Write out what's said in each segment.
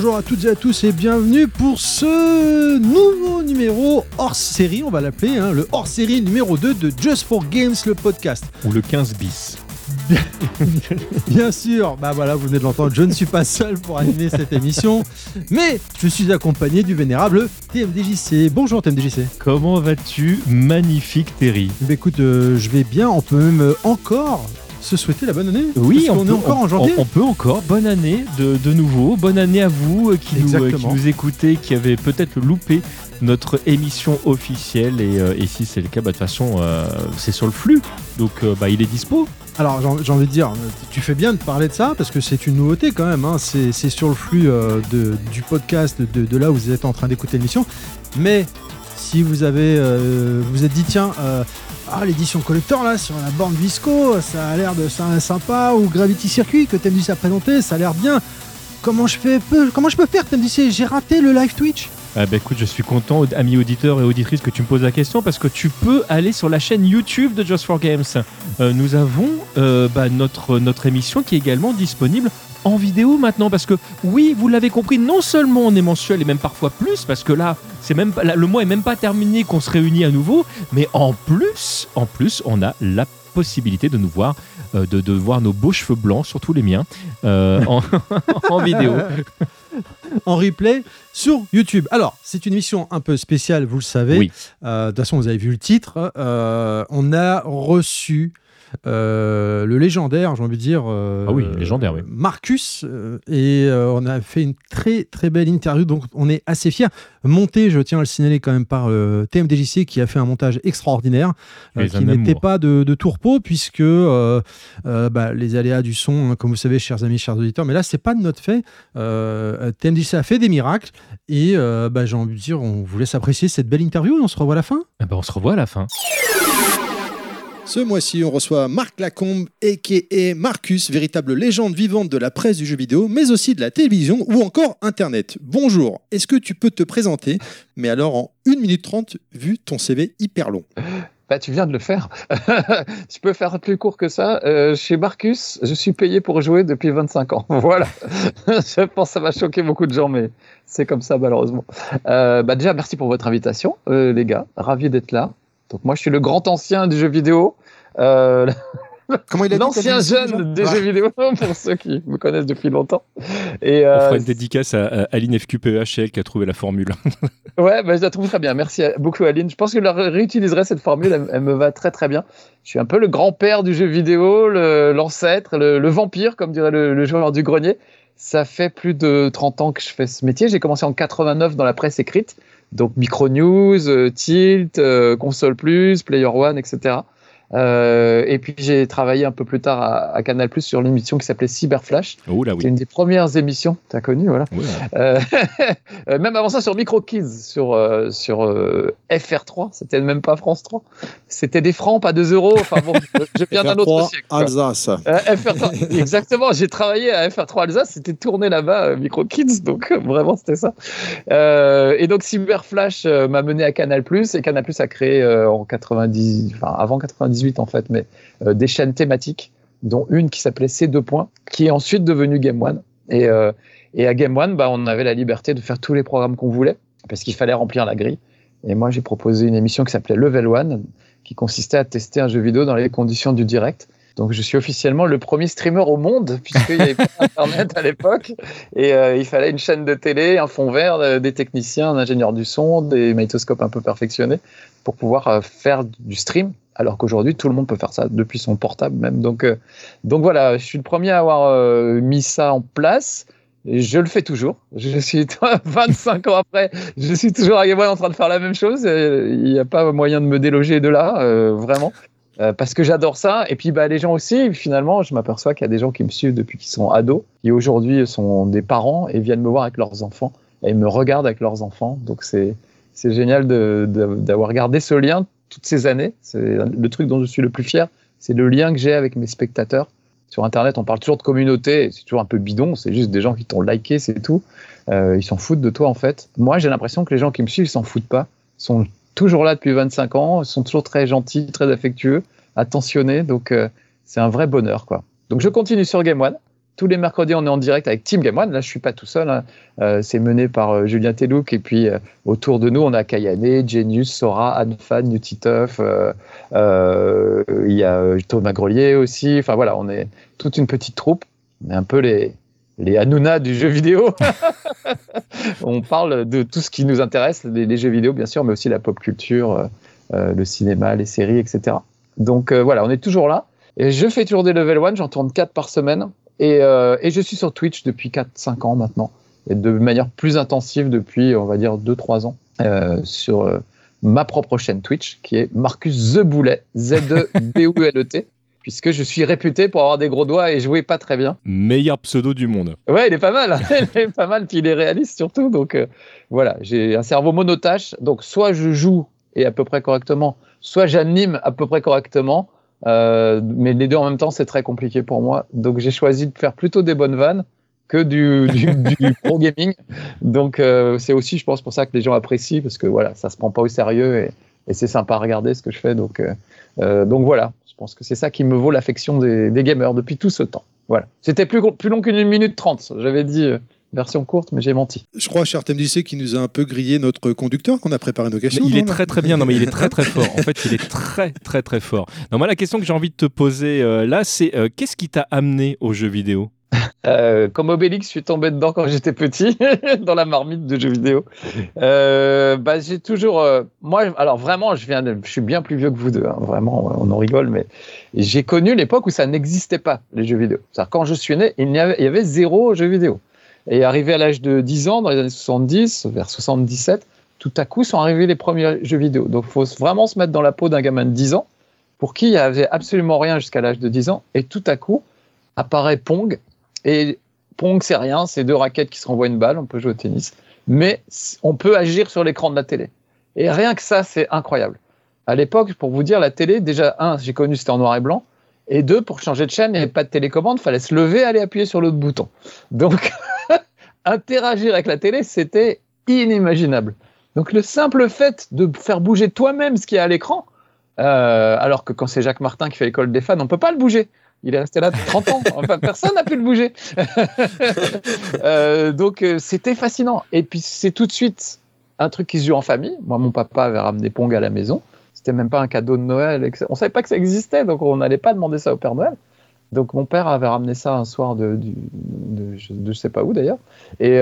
Bonjour à toutes et à tous et bienvenue pour ce nouveau numéro hors-série, on va l'appeler, le hors-série numéro 2 de Just for Games, le podcast. Ou le 15 bis. Bien sûr, bah voilà, vous venez de l'entendre, je ne suis pas seul pour animer cette émission, mais je suis accompagné du vénérable TMDJC. Bonjour TMDJC. Comment vas-tu, magnifique Terry? Bah écoute, je vais bien, on peut même encore se souhaiter la bonne année. Oui, on est encore en janvier. On peut encore. Bonne année de nouveau. Bonne année à vous qui nous écoutez, qui avez peut-être loupé notre émission officielle. Et si c'est le cas, de toute façon, c'est sur le flux. Donc, il est dispo. Alors, j'ai envie de dire, tu fais bien de parler de ça parce que c'est une nouveauté quand même. C'est sur le flux du podcast, de là où vous êtes en train d'écouter l'émission. Mais si vous avez, vous êtes dit, tiens, l'édition collector là sur la borne Visco, ça a l'air de sympa, ou Gravity Circuit que TMDJC a présenté, ça a l'air bien. Comment je peux faire TMDJC? J'ai raté le live Twitch. Écoute, je suis content, amis auditeurs et auditrices, que tu me poses la question parce que tu peux aller sur la chaîne YouTube de Just for Games. Nous avons notre émission qui est également disponible en vidéo maintenant, parce que oui, vous l'avez compris, non seulement on est mensuel et même parfois plus, parce que là, le mois est même pas terminé qu'on se réunit à nouveau, mais en plus, on a la possibilité de nous voir, de voir nos beaux cheveux blancs, surtout les miens, en vidéo. En replay sur YouTube. Alors, c'est une émission un peu spéciale, vous le savez. Oui. De toute façon, vous avez vu le titre. On a reçu le légendaire, j'ai envie de dire. Légendaire, oui. Marcus. Et on a fait une très très belle interview, donc on est assez fiers. Monté, je tiens à le signaler quand même, par TMDJC qui a fait un montage extraordinaire, qui n'était pas de tourpeau, puisque les aléas du son, comme vous savez, chers amis, chers auditeurs, mais là, c'est pas de notre fait. TMDJC a fait des miracles et j'ai envie de dire, on vous laisse apprécier cette belle interview et on se revoit à la fin. On se revoit à la fin. Ce mois-ci, on reçoit Marc Lacombe, a.k.a. Marcus, véritable légende vivante de la presse du jeu vidéo, mais aussi de la télévision ou encore Internet. Bonjour, est-ce que tu peux te présenter? Mais alors en 1 minute 30, vu ton CV hyper long. Tu viens de le faire. Je peux faire plus court que ça. Chez Marcus, je suis payé pour jouer depuis 25 ans. Voilà. Je pense que ça va choquer beaucoup de gens, mais c'est comme ça malheureusement. Déjà, merci pour votre invitation, les gars. Ravi d'être là. Donc moi, je suis le grand ancien du jeu vidéo. Comment il a l'ancien jeune des jeux vidéo, pour ceux qui me connaissent depuis longtemps. Et, on fera une dédicace à Aline FQPEH, qui a trouvé la formule. Ouais, je la trouve très bien. Merci beaucoup, Aline. Je pense que je la réutiliserai, cette formule. Elle me va très, très bien. Je suis un peu le grand-père du jeu vidéo, l'ancêtre, le vampire, comme dirait le joueur du grenier. Ça fait plus de 30 ans que je fais ce métier. J'ai commencé en 89 dans la presse écrite. Donc, Micronews, Tilt, Console Plus, Player One, etc. Et puis j'ai travaillé un peu plus tard à Canal+ sur l'émission qui s'appelait Cyberflash. Oh là oui. C'est une des premières émissions, t'as connu, voilà. Oui. Même avant ça sur Microkids, sur FR3, c'était même pas France 3. C'était des francs, pas 2 euros. Enfin bon, je viens d'un autre siècle. Alsace. FR3, exactement. J'ai travaillé à FR3 Alsace, c'était tourné là-bas, Microkids, donc vraiment c'était ça. Et donc Cyberflash m'a mené à Canal+, et Canal+ a créé avant 98 en fait, mais des chaînes thématiques, dont une qui s'appelait C2 Points, qui est ensuite devenue Game One. Et à Game One, on avait la liberté de faire tous les programmes qu'on voulait, parce qu'il fallait remplir la grille. Et moi, j'ai proposé une émission qui s'appelait Level One, qui consistait à tester un jeu vidéo dans les conditions du direct. Donc, je suis officiellement le premier streamer au monde, puisqu'il n'y avait pas Internet à l'époque. Et il fallait une chaîne de télé, un fond vert, des techniciens, un ingénieur du son, des magnétoscopes un peu perfectionnés, pour pouvoir faire du stream. Alors qu'aujourd'hui, tout le monde peut faire ça depuis son portable même. Donc voilà, je suis le premier à avoir mis ça en place. Je le fais toujours. Je suis 25 ans après, je suis toujours à Game One en train de faire la même chose. Il n'y a pas moyen de me déloger de là, vraiment. Parce que j'adore ça. Et puis les gens aussi, finalement, je m'aperçois qu'il y a des gens qui me suivent depuis qu'ils sont ados, qui aujourd'hui sont des parents et viennent me voir avec leurs enfants et me regardent avec leurs enfants. Donc c'est génial d'avoir gardé ce lien toutes ces années. C'est le truc dont je suis le plus fier, c'est le lien que j'ai avec mes spectateurs. Sur Internet, on parle toujours de communauté, c'est toujours un peu bidon, c'est juste des gens qui t'ont liké, c'est tout. Ils s'en foutent de toi, en fait. Moi, j'ai l'impression que les gens qui me suivent, ils s'en foutent pas. Ils sont toujours là depuis 25 ans, ils sont toujours très gentils, très affectueux, attentionnés, donc c'est un vrai bonheur, quoi. Donc je continue sur Game One, Tous les mercredis, on est en direct avec Team Game One. Là, je suis pas tout seul. Hein. C'est mené par Julien Telouk. Et puis, autour de nous, on a Kayane, Genius, Sora, Anne-Fan, Nutiteuf. Il y a Thomas Grelier aussi. Enfin, voilà, on est toute une petite troupe. On est un peu les Hanouna du jeu vidéo. On parle de tout ce qui nous intéresse, les jeux vidéo, bien sûr, mais aussi la pop culture, le cinéma, les séries, etc. Donc, voilà, on est toujours là. Et je fais toujours des level 1. J'en tourne 4 par semaine. Et je suis sur Twitch depuis 4-5 ans maintenant, et de manière plus intensive depuis, on va dire, 2-3 ans, sur ma propre chaîne Twitch, qui est Marcus The Boulet, Z-E-B-O-U-L-E-T, puisque je suis réputé pour avoir des gros doigts et jouer pas très bien. Meilleur pseudo du monde. Ouais, il est pas mal, il est pas mal, puis il est réaliste surtout, donc voilà, j'ai un cerveau monotâche, donc soit je joue et à peu près correctement, soit j'anime à peu près correctement. Mais les deux en même temps, c'est très compliqué pour moi. Donc, j'ai choisi de faire plutôt des bonnes vannes que du pro gaming. Donc, c'est aussi, je pense, pour ça que les gens apprécient, parce que voilà, ça se prend pas au sérieux et c'est sympa à regarder ce que je fais. Donc voilà, je pense que c'est ça qui me vaut l'affection des gamers depuis tout ce temps. Voilà. C'était plus long qu'une minute 30. J'avais dit version courte, mais j'ai menti. Je crois, cher TMDJC, qui nous a un peu grillé notre conducteur, qu'on a préparé nos questions. Mais il est très très bien, non mais il est très très fort. En fait, il est très très très fort. Non, moi, la question que j'ai envie de te poser là, c'est qu'est-ce qui t'a amené aux jeux vidéo ? Comme Obélix, je suis tombé dedans quand j'étais petit, dans la marmite de jeux vidéo. J'ai toujours... moi, alors vraiment, je suis bien plus vieux que vous deux, hein, vraiment, on en rigole, mais j'ai connu l'époque où ça n'existait pas, les jeux vidéo. C'est-à-dire, quand je suis né, il y avait 0 jeux vidéo. Et arrivé à l'âge de 10 ans, dans les années 70, vers 77, tout à coup sont arrivés les premiers jeux vidéo. Donc, il faut vraiment se mettre dans la peau d'un gamin de 10 ans, pour qui il n'y avait absolument rien jusqu'à l'âge de 10 ans. Et tout à coup, apparaît Pong. Et Pong, c'est rien, c'est 2 raquettes qui se renvoient une balle, on peut jouer au tennis. Mais on peut agir sur l'écran de la télé. Et rien que ça, c'est incroyable. À l'époque, pour vous dire, la télé, déjà, j'ai connu, c'était en noir et blanc. Et 2, pour changer de chaîne, il n'y avait pas de télécommande, il fallait se lever, aller appuyer sur l'autre bouton. Donc... interagir avec la télé, c'était inimaginable. Donc le simple fait de faire bouger toi-même ce qu'il y a à l'écran, alors que quand c'est Jacques Martin qui fait l'école des fans, on ne peut pas le bouger. Il est resté là 30 ans. Enfin, personne n'a pu le bouger. Donc c'était fascinant. Et puis c'est tout de suite un truc qui se joue en famille. Moi, mon papa avait ramené Pong à la maison. C'était même pas un cadeau de Noël. On savait pas que ça existait, donc on n'allait pas demander ça au Père Noël. Donc mon père avait ramené ça un soir de je sais pas où d'ailleurs, et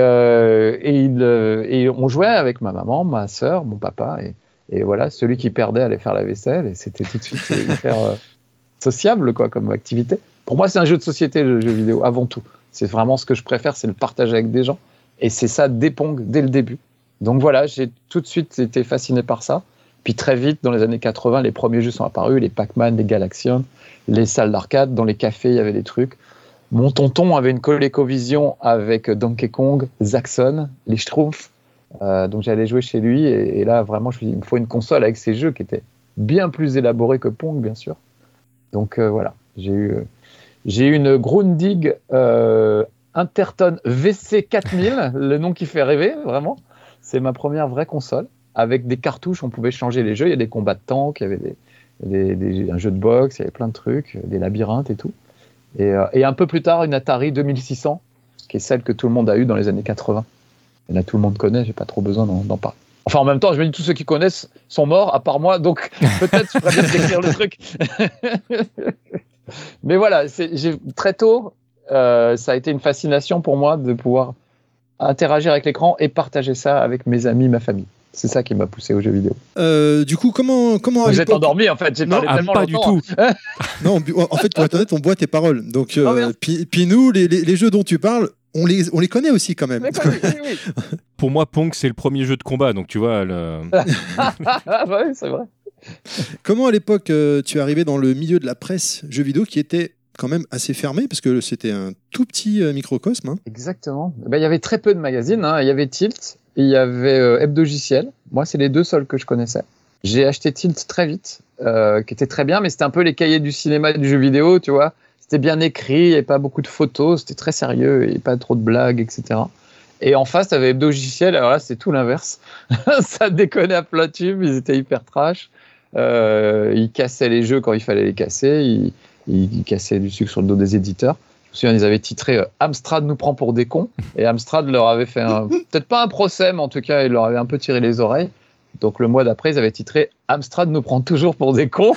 on jouait avec ma maman, ma sœur, mon papa, et voilà, celui qui perdait allait faire la vaisselle, et c'était tout de suite hyper sociable quoi comme activité. Pour moi, c'est un jeu de société, le jeu vidéo avant tout. C'est vraiment ce que je préfère, c'est le partage avec des gens, et c'est ça dès Pong, dès le début. Donc voilà, j'ai tout de suite été fasciné par ça. Puis très vite, dans les années 80, les premiers jeux sont apparus, les Pac-Man, les Galaxian, les salles d'arcade, dans les cafés, il y avait des trucs. Mon tonton avait une ColecoVision avec Donkey Kong, Zaxxon, les Schtroumpfs. Donc j'allais jouer chez lui, et là, vraiment, je me suis dit, il me faut une console avec ces jeux qui étaient bien plus élaborés que Pong, bien sûr. Donc voilà, j'ai eu une Grundig Interton VC4000, le nom qui fait rêver, vraiment. C'est ma première vraie console. Avec des cartouches, on pouvait changer les jeux. Il y a des combats de tanks, il y avait un jeu de boxe, il y avait plein de trucs, des labyrinthes et tout. Et un peu plus tard, une Atari 2600, qui est celle que tout le monde a eue dans les années 80. Et là, tout le monde connaît, j'ai pas trop besoin d'en parler. Enfin, en même temps, je me dis, tous ceux qui connaissent sont morts, à part moi, donc peut-être je pourrais bien décrire le truc. Mais voilà, très tôt, ça a été une fascination pour moi de pouvoir interagir avec l'écran et partager ça avec mes amis, ma famille. C'est ça qui m'a poussé aux jeux vidéo. Du coup, comment vous êtes endormi en fait, j'ai parlé tellement pas longtemps. Du tout. Non, en fait, pour être honnête, on boit tes paroles. Donc, puis nous, les jeux dont tu parles, on les connaît aussi quand même. Oui. Pour moi, Pong, c'est le premier jeu de combat, donc tu vois... Oui, c'est vrai. Comment à l'époque, tu es arrivé dans le milieu de la presse jeux vidéo qui était quand même assez fermé, parce que c'était un tout petit microcosme. Hein. Exactement. Il y avait très peu de magazines. Il y avait Tilt, et il y avait Hebdogiciel. Moi, c'est les 2 seuls que je connaissais. J'ai acheté Tilt très vite, qui était très bien, mais c'était un peu les cahiers du cinéma et du jeu vidéo, tu vois. C'était bien écrit, il n'y avait pas beaucoup de photos, c'était très sérieux, et pas trop de blagues, etc. Et en face, tu avais Hebdogiciel, alors là, c'est tout l'inverse. Ça déconnait à plein tube, ils étaient hyper trash. Ils cassaient les jeux quand il fallait les casser, ils cassaient du sucre sur le dos des éditeurs. Je me souviens, ils avaient titré Amstrad nous prend pour des cons. Et Amstrad leur avait fait peut-être pas un procès, mais en tout cas, il leur avait un peu tiré les oreilles. Donc le mois d'après, ils avaient titré Amstrad nous prend toujours pour des cons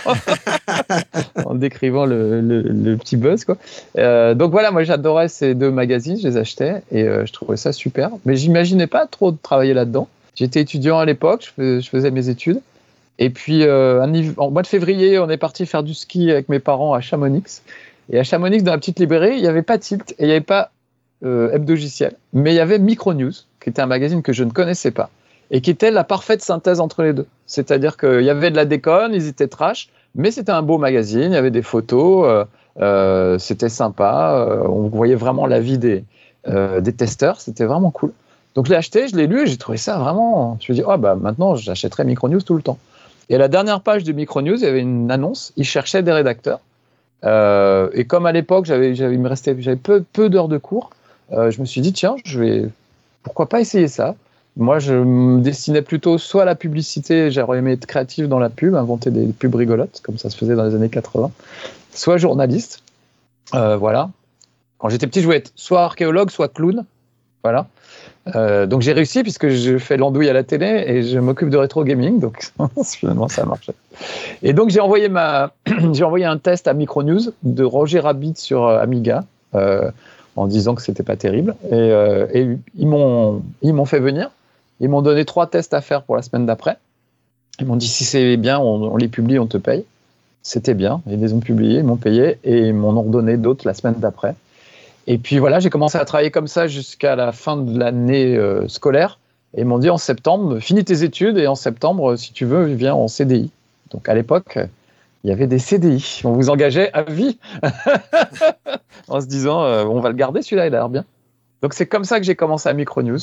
en décrivant le petit buzz, quoi. Donc voilà, moi j'adorais ces 2 magazines, je les achetais et je trouvais ça super. Mais j'imaginais pas trop de travailler là-dedans. J'étais étudiant à l'époque, je faisais mes études. Et puis en mois de février, on est parti faire du ski avec mes parents à Chamonix. Et à Chamonix, dans la petite librairie, il n'y avait pas Tilt et il n'y avait pas Hebdogiciel. Mais il y avait Micronews, qui était un magazine que je ne connaissais pas. Et qui était la parfaite synthèse entre les deux. C'est-à-dire qu'il y avait de la déconne, ils étaient trash, mais c'était un beau magazine, il y avait des photos, c'était sympa, on voyait vraiment la vie des testeurs, c'était vraiment cool. Donc je l'ai acheté, je l'ai lu et j'ai trouvé ça vraiment... Je me suis dit, maintenant j'achèterai Micronews tout le temps. Et à la dernière page de Micronews, il y avait une annonce, ils cherchaient des rédacteurs. Et comme à l'époque, j'avais peu d'heures de cours, je me suis dit, tiens, pourquoi pas essayer ça ? Moi, je me destinais plutôt soit à la publicité, j'aurais aimé être créatif dans la pub, inventer des pubs rigolotes, comme ça se faisait dans les années 80, soit journaliste. Voilà. Quand j'étais petit, je voulais être soit archéologue, soit clown. Voilà. Donc j'ai réussi puisque je fais l'andouille à la télé et je m'occupe de rétro gaming, donc finalement ça a marché. Et donc j'ai envoyé un test à Micronews de Roger Rabbit sur Amiga en disant que c'était pas terrible et ils m'ont fait venir. Ils m'ont donné 3 tests à faire pour la semaine d'après. Ils m'ont dit si c'est bien, on les publie, on te paye. C'était bien, ils les ont publiés, ils m'ont payé et ils m'en ont redonné d'autres la semaine d'après. Et puis voilà, j'ai commencé à travailler comme ça jusqu'à la fin de l'année scolaire. Et ils m'ont dit en septembre, finis tes études et en septembre, si tu veux, viens en CDI. Donc à l'époque, il y avait des CDI. On vous engageait à vie en se disant on va le garder celui-là, il a l'air bien. Donc c'est comme ça que j'ai commencé à Micronews.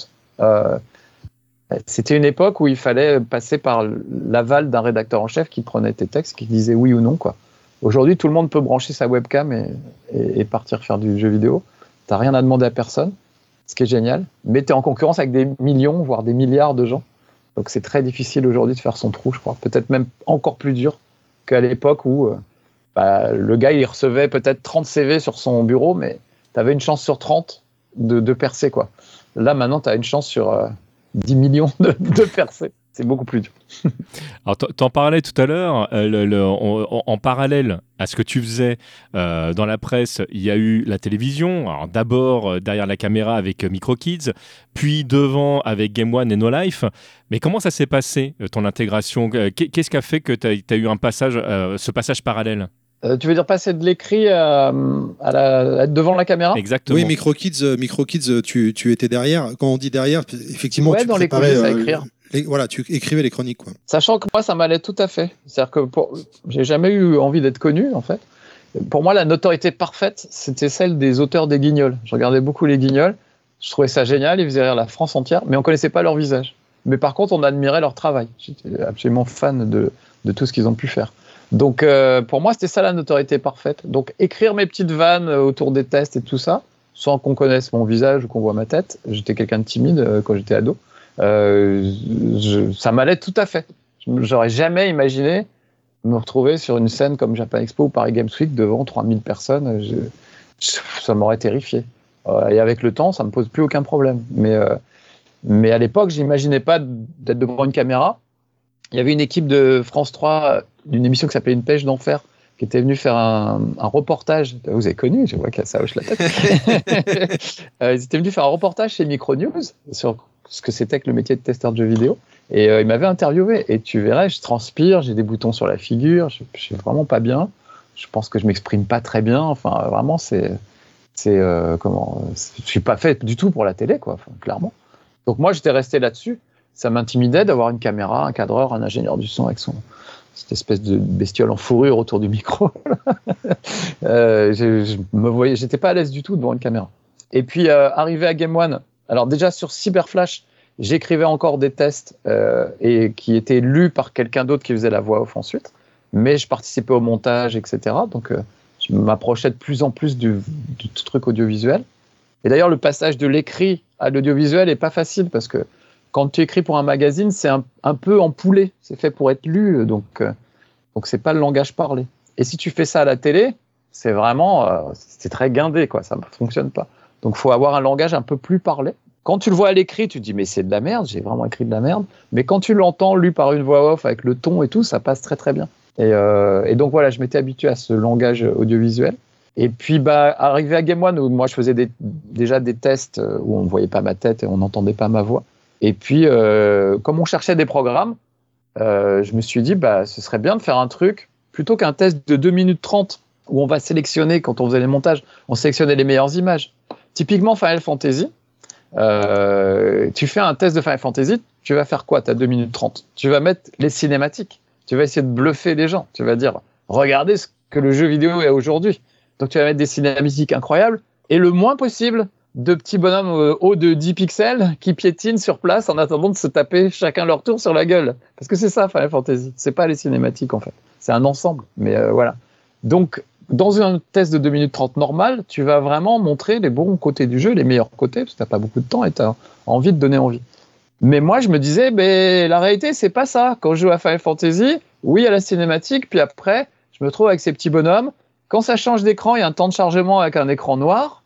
C'était une époque où il fallait passer par l'aval d'un rédacteur en chef qui prenait tes textes, qui disait oui ou non, quoi. Aujourd'hui, tout le monde peut brancher sa webcam et partir faire du jeu vidéo. T'as rien à demander à personne, ce qui est génial. Mais t'es en concurrence avec des millions, voire des milliards de gens. Donc c'est très difficile aujourd'hui de faire son trou, je crois. Peut-être même encore plus dur qu'à l'époque où le gars, il recevait peut-être 30 CV sur son bureau, mais t'avais une chance sur 30 de percer, quoi. Là, maintenant, t'as une chance sur 10 millions de percer. C'est beaucoup plus dur. Alors, t'en parlais tout à l'heure, en parallèle à ce que tu faisais dans la presse, il y a eu la télévision. Alors, d'abord derrière la caméra avec MicroKids, puis devant avec Game One et No Life. Mais comment ça s'est passé, ton intégration ? Qu'est-ce qui a fait que tu as eu ce passage parallèle ? Tu veux dire passer de l'écrit à devant la caméra ? Exactement. Oui, MicroKids, tu étais derrière. Quand on dit derrière, effectivement, tu dans préparais... les coulisses à écrire. Tu écrivais les chroniques, quoi. Sachant que moi, ça m'allait tout à fait. C'est-à-dire que j'ai jamais eu envie d'être connu, en fait. Pour moi, la notoriété parfaite, c'était celle des auteurs des Guignols. Je regardais beaucoup les Guignols. Je trouvais ça génial. Ils faisaient rire la France entière, mais on connaissait pas leur visage. Mais par contre, on admirait leur travail. J'étais absolument fan de tout ce qu'ils ont pu faire. Donc, pour moi, c'était ça la notoriété parfaite. Donc, écrire mes petites vannes autour des tests et tout ça, sans qu'on connaisse mon visage ou qu'on voit ma tête. J'étais quelqu'un de timide quand j'étais ado. Ça m'allait tout à fait. J'aurais jamais imaginé me retrouver sur une scène comme Japan Expo ou Paris Games Week devant 3000 personnes. Ça m'aurait terrifié. Et avec le temps, ça me pose plus aucun problème. Mais à l'époque, j'imaginais pas d'être devant une caméra. Il y avait une équipe de France 3 d'une émission qui s'appelait Une pêche d'enfer qui était venue faire un reportage. Vous avez connu, je vois que ça hoche la tête. Ils étaient venus faire un reportage chez Micronews sur ce que c'était que le métier de testeur de jeux vidéo. Et ils m'avaient interviewé. Et tu verrais, je transpire, j'ai des boutons sur la figure, je suis vraiment pas bien. Je pense que je m'exprime pas très bien. Enfin, vraiment, je suis pas fait du tout pour la télé, quoi, clairement. Donc moi, j'étais resté là-dessus. Ça m'intimidait d'avoir une caméra, un cadreur, un ingénieur du son avec cette espèce de bestiole en fourrure autour du micro. J'étais pas à l'aise du tout devant une caméra. Et puis, arrivé à Game One, alors déjà sur Cyberflash, j'écrivais encore des tests et qui étaient lus par quelqu'un d'autre qui faisait la voix off ensuite, mais je participais au montage, etc. Donc, je m'approchais de plus en plus du truc audiovisuel. Et d'ailleurs, le passage de l'écrit à l'audiovisuel est pas facile parce que quand tu écris pour un magazine, c'est un peu empoulé. C'est fait pour être lu, donc c'est pas le langage parlé. Et si tu fais ça à la télé, c'est vraiment, c'est très guindé, quoi. Ça ne fonctionne pas. Donc, il faut avoir un langage un peu plus parlé. Quand tu le vois à l'écrit, tu te dis, mais c'est de la merde, j'ai vraiment écrit de la merde. Mais quand tu l'entends lu par une voix off avec le ton et tout, ça passe très très bien. Et donc voilà, je m'étais habitué à ce langage audiovisuel. Et puis, arrivé à Game One, où moi je faisais déjà des tests où on ne voyait pas ma tête et on n'entendait pas ma voix. Et puis, comme on cherchait des programmes, je me suis dit, ce serait bien de faire un truc, plutôt qu'un test de 2 minutes 30, où on va sélectionner, quand on faisait les montages, on sélectionnait les meilleures images. Typiquement, Final Fantasy, tu fais un test de Final Fantasy, tu vas faire quoi? Tu as 2 minutes 30. Tu vas mettre les cinématiques. Tu vas essayer de bluffer les gens. Tu vas dire, regardez ce que le jeu vidéo est aujourd'hui. Donc, tu vas mettre des cinématiques incroyables et le moins possible de petits bonhommes hauts de 10 pixels qui piétinent sur place en attendant de se taper chacun leur tour sur la gueule. Parce que c'est ça, Final Fantasy. C'est pas les cinématiques, en fait. C'est un ensemble. Mais voilà. Donc, dans un test de 2 minutes 30 normal, tu vas vraiment montrer les bons côtés du jeu, les meilleurs côtés, parce que tu n'as pas beaucoup de temps et tu as envie de donner envie. Mais moi, je me disais, la réalité, c'est pas ça. Quand je joue à Final Fantasy, oui, il y a la cinématique, puis après, je me trouve avec ces petits bonhommes. Quand ça change d'écran, il y a un temps de chargement avec un écran noir.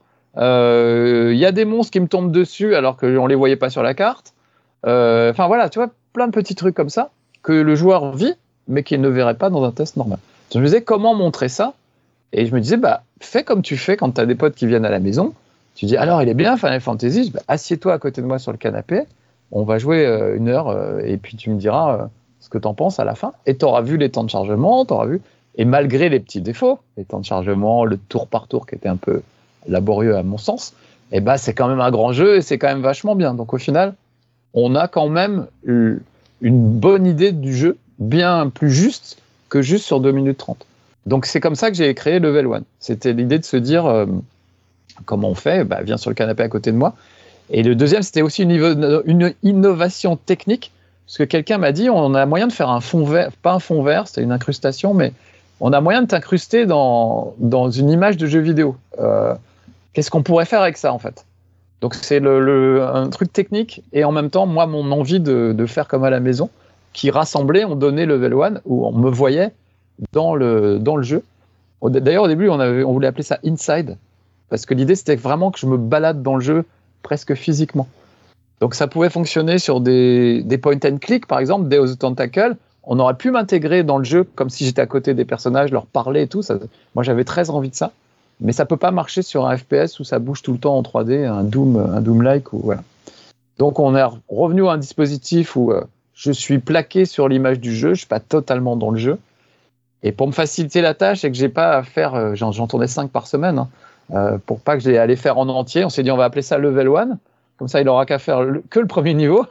Il y a des monstres qui me tombent dessus alors qu'on ne les voyait pas sur la carte. Enfin voilà, tu vois, plein de petits trucs comme ça que le joueur vit, mais qu'il ne verrait pas dans un test normal. Je me disais, comment montrer ça? Et je me disais, fais comme tu fais quand tu as des potes qui viennent à la maison. Tu dis, alors, il est bien Final Fantasy, assieds-toi à côté de moi sur le canapé, on va jouer 1 heure, et puis tu me diras ce que tu en penses à la fin. Et tu auras vu les temps de chargement, et malgré les petits défauts, les temps de chargement, le tour par tour qui était un peu laborieux à mon sens, c'est quand même un grand jeu et c'est quand même vachement bien. Donc au final, on a quand même une bonne idée du jeu, bien plus juste que juste sur 2 minutes 30. Donc c'est comme ça que j'ai créé Level One. C'était l'idée de se dire comment on fait, viens sur le canapé à côté de moi. Et le deuxième, c'était aussi une innovation technique, parce que quelqu'un m'a dit, on a moyen de faire un fond vert, pas un fond vert, c'était une incrustation, mais on a moyen de t'incruster dans une image de jeu vidéo. Qu'est-ce qu'on pourrait faire avec ça, en fait? Donc c'est un truc technique, et en même temps, moi, mon envie de faire comme à la maison, qui rassemblait, on donnait Level One, où on me voyait dans le jeu. D'ailleurs, au début, on voulait appeler ça Inside, parce que l'idée, c'était vraiment que je me balade dans le jeu presque physiquement. Donc, ça pouvait fonctionner sur des point and click, par exemple, Day of the Tentacle. On aurait pu m'intégrer dans le jeu comme si j'étais à côté des personnages, leur parler et tout. Moi, j'avais très envie de ça. Mais ça peut pas marcher sur un FPS où ça bouge tout le temps en 3D, un Doom-like. Voilà. Donc, on est revenu à un dispositif où je suis plaqué sur l'image du jeu, je suis pas totalement dans le jeu. Et pour me faciliter la tâche, et que j'ai pas à faire, j'en tournais 5 par semaine, pour pas que je les faire en entier, on s'est dit on va appeler ça Level One. Comme ça, il n'aura qu'à faire que le premier niveau.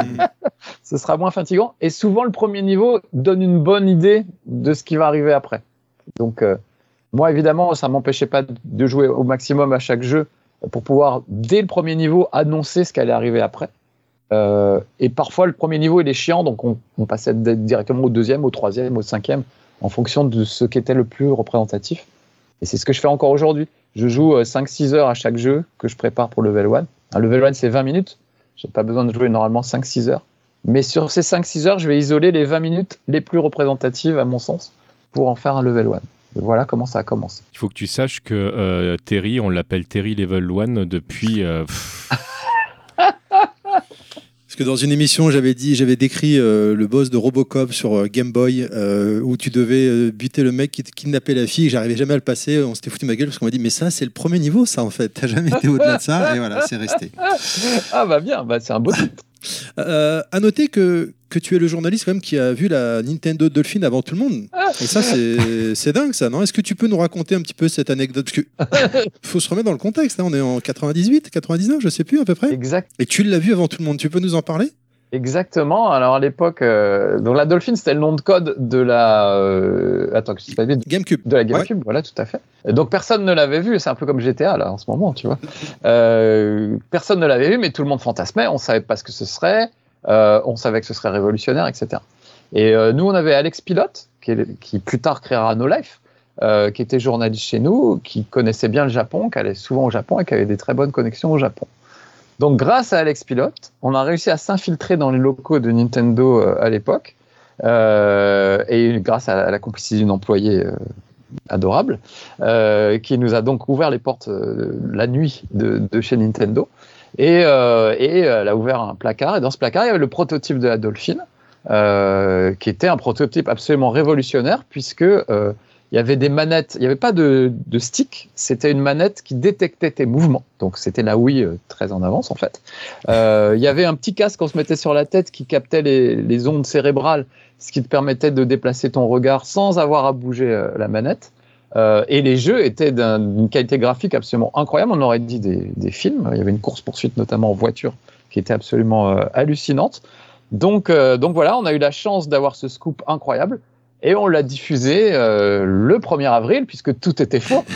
Ce sera moins fatigant. Et souvent, le premier niveau donne une bonne idée de ce qui va arriver après. Donc, moi, évidemment, ça ne m'empêchait pas de jouer au maximum à chaque jeu pour pouvoir, dès le premier niveau, annoncer ce qui allait arriver après. Et parfois, le premier niveau, il est chiant. Donc, on passait directement au deuxième, au troisième, au cinquième, en fonction de ce qui était le plus représentatif. Et c'est ce que je fais encore aujourd'hui. Je joue 5-6 heures à chaque jeu que je prépare pour Level One. Un Level One, c'est 20 minutes. Je n'ai pas besoin de jouer normalement 5-6 heures. Mais sur ces 5-6 heures, je vais isoler les 20 minutes les plus représentatives, à mon sens, pour en faire un Level One. Et voilà comment ça a commencé. Il faut que tu saches que Terry, on l'appelle Terry Level One depuis... Parce que dans une émission, j'avais décrit le boss de Robocop sur Game Boy, où tu devais buter le mec qui kidnappait la fille. J'arrivais jamais à le passer. On s'était foutu ma gueule parce qu'on m'a dit mais ça c'est le premier niveau, ça en fait. T'as jamais été au-delà de ça et voilà, c'est resté. Ah bien, c'est un beau titre. À noter que tu es le journaliste quand même qui a vu la Nintendo Dolphin avant tout le monde. Et ça, c'est dingue, ça, non? Est-ce que tu peux nous raconter un petit peu cette anecdote? Parce que faut se remettre dans le contexte. Hein. On est en 98, 99, je sais plus à peu près. Exact. Et tu l'as vu avant tout le monde. Tu peux nous en parler? Exactement. Alors à l'époque, donc la Dolphin, c'était le nom de code de la GameCube. De la GameCube, ouais. Voilà, tout à fait. Donc personne ne l'avait vu. C'est un peu comme GTA là en ce moment, tu vois. Personne ne l'avait vu, mais tout le monde fantasmait. On savait pas ce que ce serait. On savait que ce serait révolutionnaire, etc. Et nous, on avait Alex Pilote, qui plus tard créera No Life, qui était journaliste chez nous, qui connaissait bien le Japon, qui allait souvent au Japon et qui avait des très bonnes connexions au Japon. Donc, grâce à Alex Pilote, on a réussi à s'infiltrer dans les locaux de Nintendo à l'époque, et grâce à la complicité d'une employée adorable, qui nous a donc ouvert les portes la nuit de chez Nintendo. Et elle a ouvert un placard, et dans ce placard, il y avait le prototype de la Dolphin, qui était un prototype absolument révolutionnaire, puisque il y avait des manettes, il n'y avait pas de stick, c'était une manette qui détectait tes mouvements. Donc c'était la Wii très en avance en fait. Il y avait un petit casque qu'on se mettait sur la tête qui captait les ondes cérébrales, ce qui te permettait de déplacer ton regard sans avoir à bouger la manette. Et les jeux étaient d'une qualité graphique absolument incroyable. On aurait dit des films. Il y avait une course-poursuite notamment en voiture qui était absolument hallucinante. Donc voilà, on a eu la chance d'avoir ce scoop incroyable. Et on l'a diffusé le 1er avril, puisque tout était faux.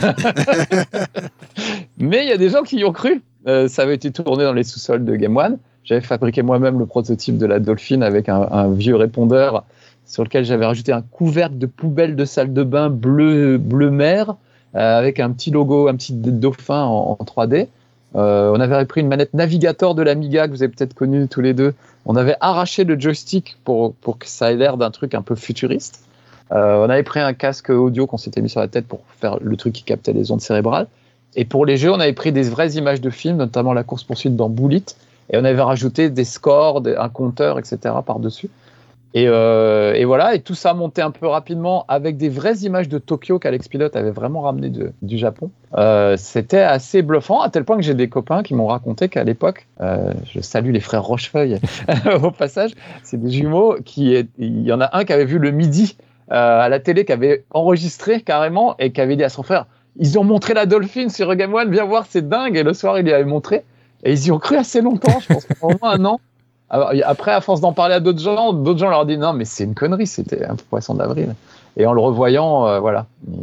Mais il y a des gens qui y ont cru. Ça avait été tourné dans les sous-sols de Game One. J'avais fabriqué moi-même le prototype de la Dolphin avec un vieux répondeur sur lequel j'avais rajouté un couvercle de poubelle de salle de bain bleu mer, avec un petit logo, un petit dauphin en 3D. On avait pris une manette Navigator de l'Amiga que vous avez peut-être connue tous les deux. On avait arraché le joystick pour que ça ait l'air d'un truc un peu futuriste. On avait pris un casque audio qu'on s'était mis sur la tête pour faire le truc qui captait les ondes cérébrales. Et pour les jeux, on avait pris des vraies images de films, notamment la course-poursuite dans Bullet, et on avait rajouté des scores, un compteur, etc. par-dessus. Et voilà, et tout ça montait un peu rapidement avec des vraies images de Tokyo qu'Alex Pilote avait vraiment ramené du Japon. C'était assez bluffant, à tel point que j'ai des copains qui m'ont raconté qu'à l'époque, je salue les frères Rochefeuille au passage, c'est des jumeaux, il y en a un qui avait vu le midi à la télé, qui avait enregistré carrément et qui avait dit à son frère, ils ont montré la Dolphin sur Game One, viens voir, c'est dingue. Et le soir, il y avait montré. Et ils y ont cru assez longtemps, je pense, pendant au moins un an. Alors, après, à force d'en parler à d'autres gens leur ont dit non, mais c'est une connerie, c'était un poisson d'avril. Et en le revoyant, voilà.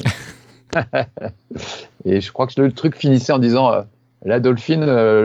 Et je crois que le truc finissait en disant la Dolphin,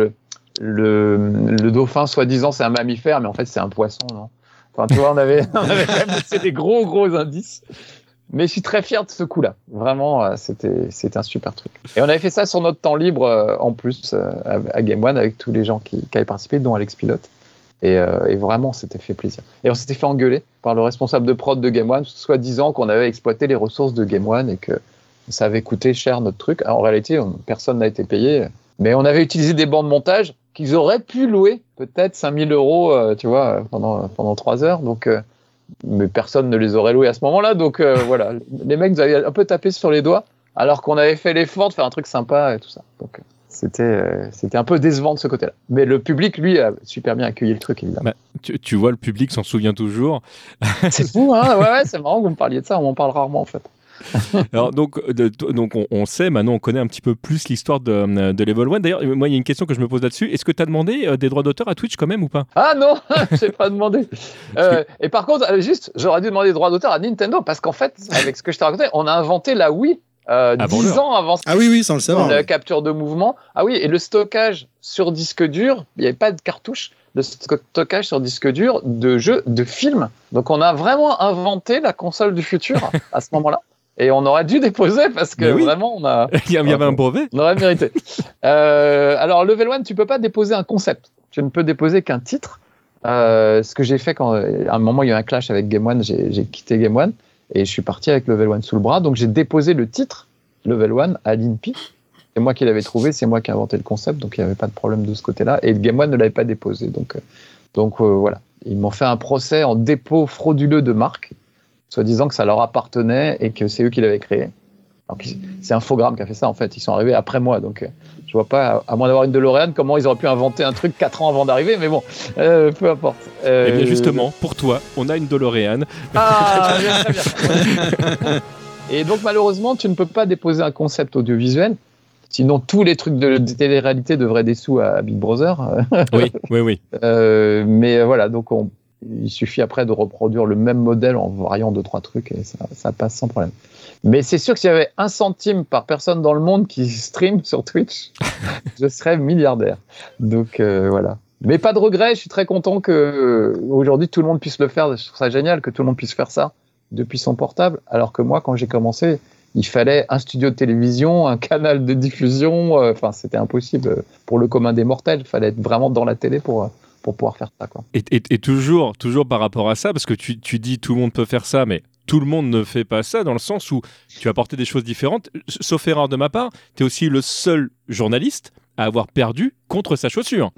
le dauphin, soi-disant, c'est un mammifère, mais en fait, c'est un poisson, non? Enfin, tu vois, on avait quand même laissé des gros indices. Mais je suis très fier de ce coup-là. Vraiment, c'était un super truc. Et on avait fait ça sur notre temps libre, en plus, à Game One, avec tous les gens qui avaient participé, dont Alex Pilote. Et vraiment, c'était fait plaisir. Et on s'était fait engueuler par le responsable de prod de Game One, soit disant qu'on avait exploité les ressources de Game One et que ça avait coûté cher notre truc. Alors, en réalité, personne n'a été payé. Mais on avait utilisé des bancs de montage qu'ils auraient pu louer peut-être 5 000 €, tu vois, pendant 3 heures. Donc, mais personne ne les aurait loués à ce moment-là. Donc voilà, les mecs nous avaient un peu tapé sur les doigts alors qu'on avait fait l'effort de faire un truc sympa et tout ça. Donc c'était un peu décevant de ce côté-là. Mais le public, lui, a super bien accueilli le truc, évidemment. Bah, tu vois, le public s'en souvient toujours. C'est fou, hein. Ouais, c'est marrant que vous me parliez de ça. On m'en parle rarement, en fait. Alors, donc on sait, maintenant on connaît un petit peu plus l'histoire de Level 1. D'ailleurs, moi il y a une question que je me pose là-dessus. Est-ce que tu as demandé des droits d'auteur à Twitch quand même ou pas? Ah non, j'ai pas demandé. Et par contre, j'aurais dû demander des droits d'auteur à Nintendo parce qu'en fait, avec ce que je t'ai raconté, on a inventé la Wii 10 ans avant. Ah oui, sans le savoir. La capture de mouvement. Ah oui, et le stockage sur disque dur, il n'y avait pas de cartouche. Le stockage sur disque dur de jeux, de films. Donc on a vraiment inventé la console du futur à ce moment-là. Et on aurait dû déposer parce que vraiment, on a. Il y avait un brevet. On aurait mérité. Alors, Level 1, tu peux pas déposer un concept. Tu ne peux déposer qu'un titre. Ce que j'ai fait quand, à un moment, il y a eu un clash avec Game One, j'ai quitté Game One et je suis parti avec Level 1 sous le bras. Donc, j'ai déposé le titre Level 1 à l'INPI. C'est moi qui l'avais trouvé, c'est moi qui ai inventé le concept. Donc, il n'y avait pas de problème de ce côté-là. Et Game One ne l'avait pas déposé. Donc voilà. Ils m'ont fait un procès en dépôt frauduleux de marque, soit disant que ça leur appartenait et que c'est eux qui l'avaient créé. Alors, c'est Infogrames qui a fait ça, en fait. Ils sont arrivés après moi, donc je vois pas, à moins d'avoir une DeLorean, comment ils auraient pu inventer un truc 4 ans avant d'arriver, mais bon, peu importe. Eh bien justement, pour toi, on a une DeLorean. Ah, bien, très bien. Et donc malheureusement, tu ne peux pas déposer un concept audiovisuel, sinon tous les trucs de télé-réalité devraient des sous à Big Brother. Oui. Mais voilà, donc il suffit après de reproduire le même modèle en variant 2-3 trucs et ça passe sans problème. Mais c'est sûr que s'il y avait 1 centime par personne dans le monde qui stream sur Twitch, je serais milliardaire. Donc voilà. Mais pas de regret, je suis très content qu'aujourd'hui tout le monde puisse le faire. Je trouve ça génial que tout le monde puisse faire ça depuis son portable. Alors que moi, quand j'ai commencé, il fallait un studio de télévision, un canal de diffusion. Enfin, c'était impossible pour le commun des mortels. Il fallait être vraiment dans la télé pour pouvoir faire ça, quoi. Et toujours par rapport à ça, parce que tu dis tout le monde peut faire ça, mais tout le monde ne fait pas ça, dans le sens où tu as apporté des choses différentes. Sauf erreur de ma part, tu es aussi le seul journaliste à avoir perdu contre sa chaussure.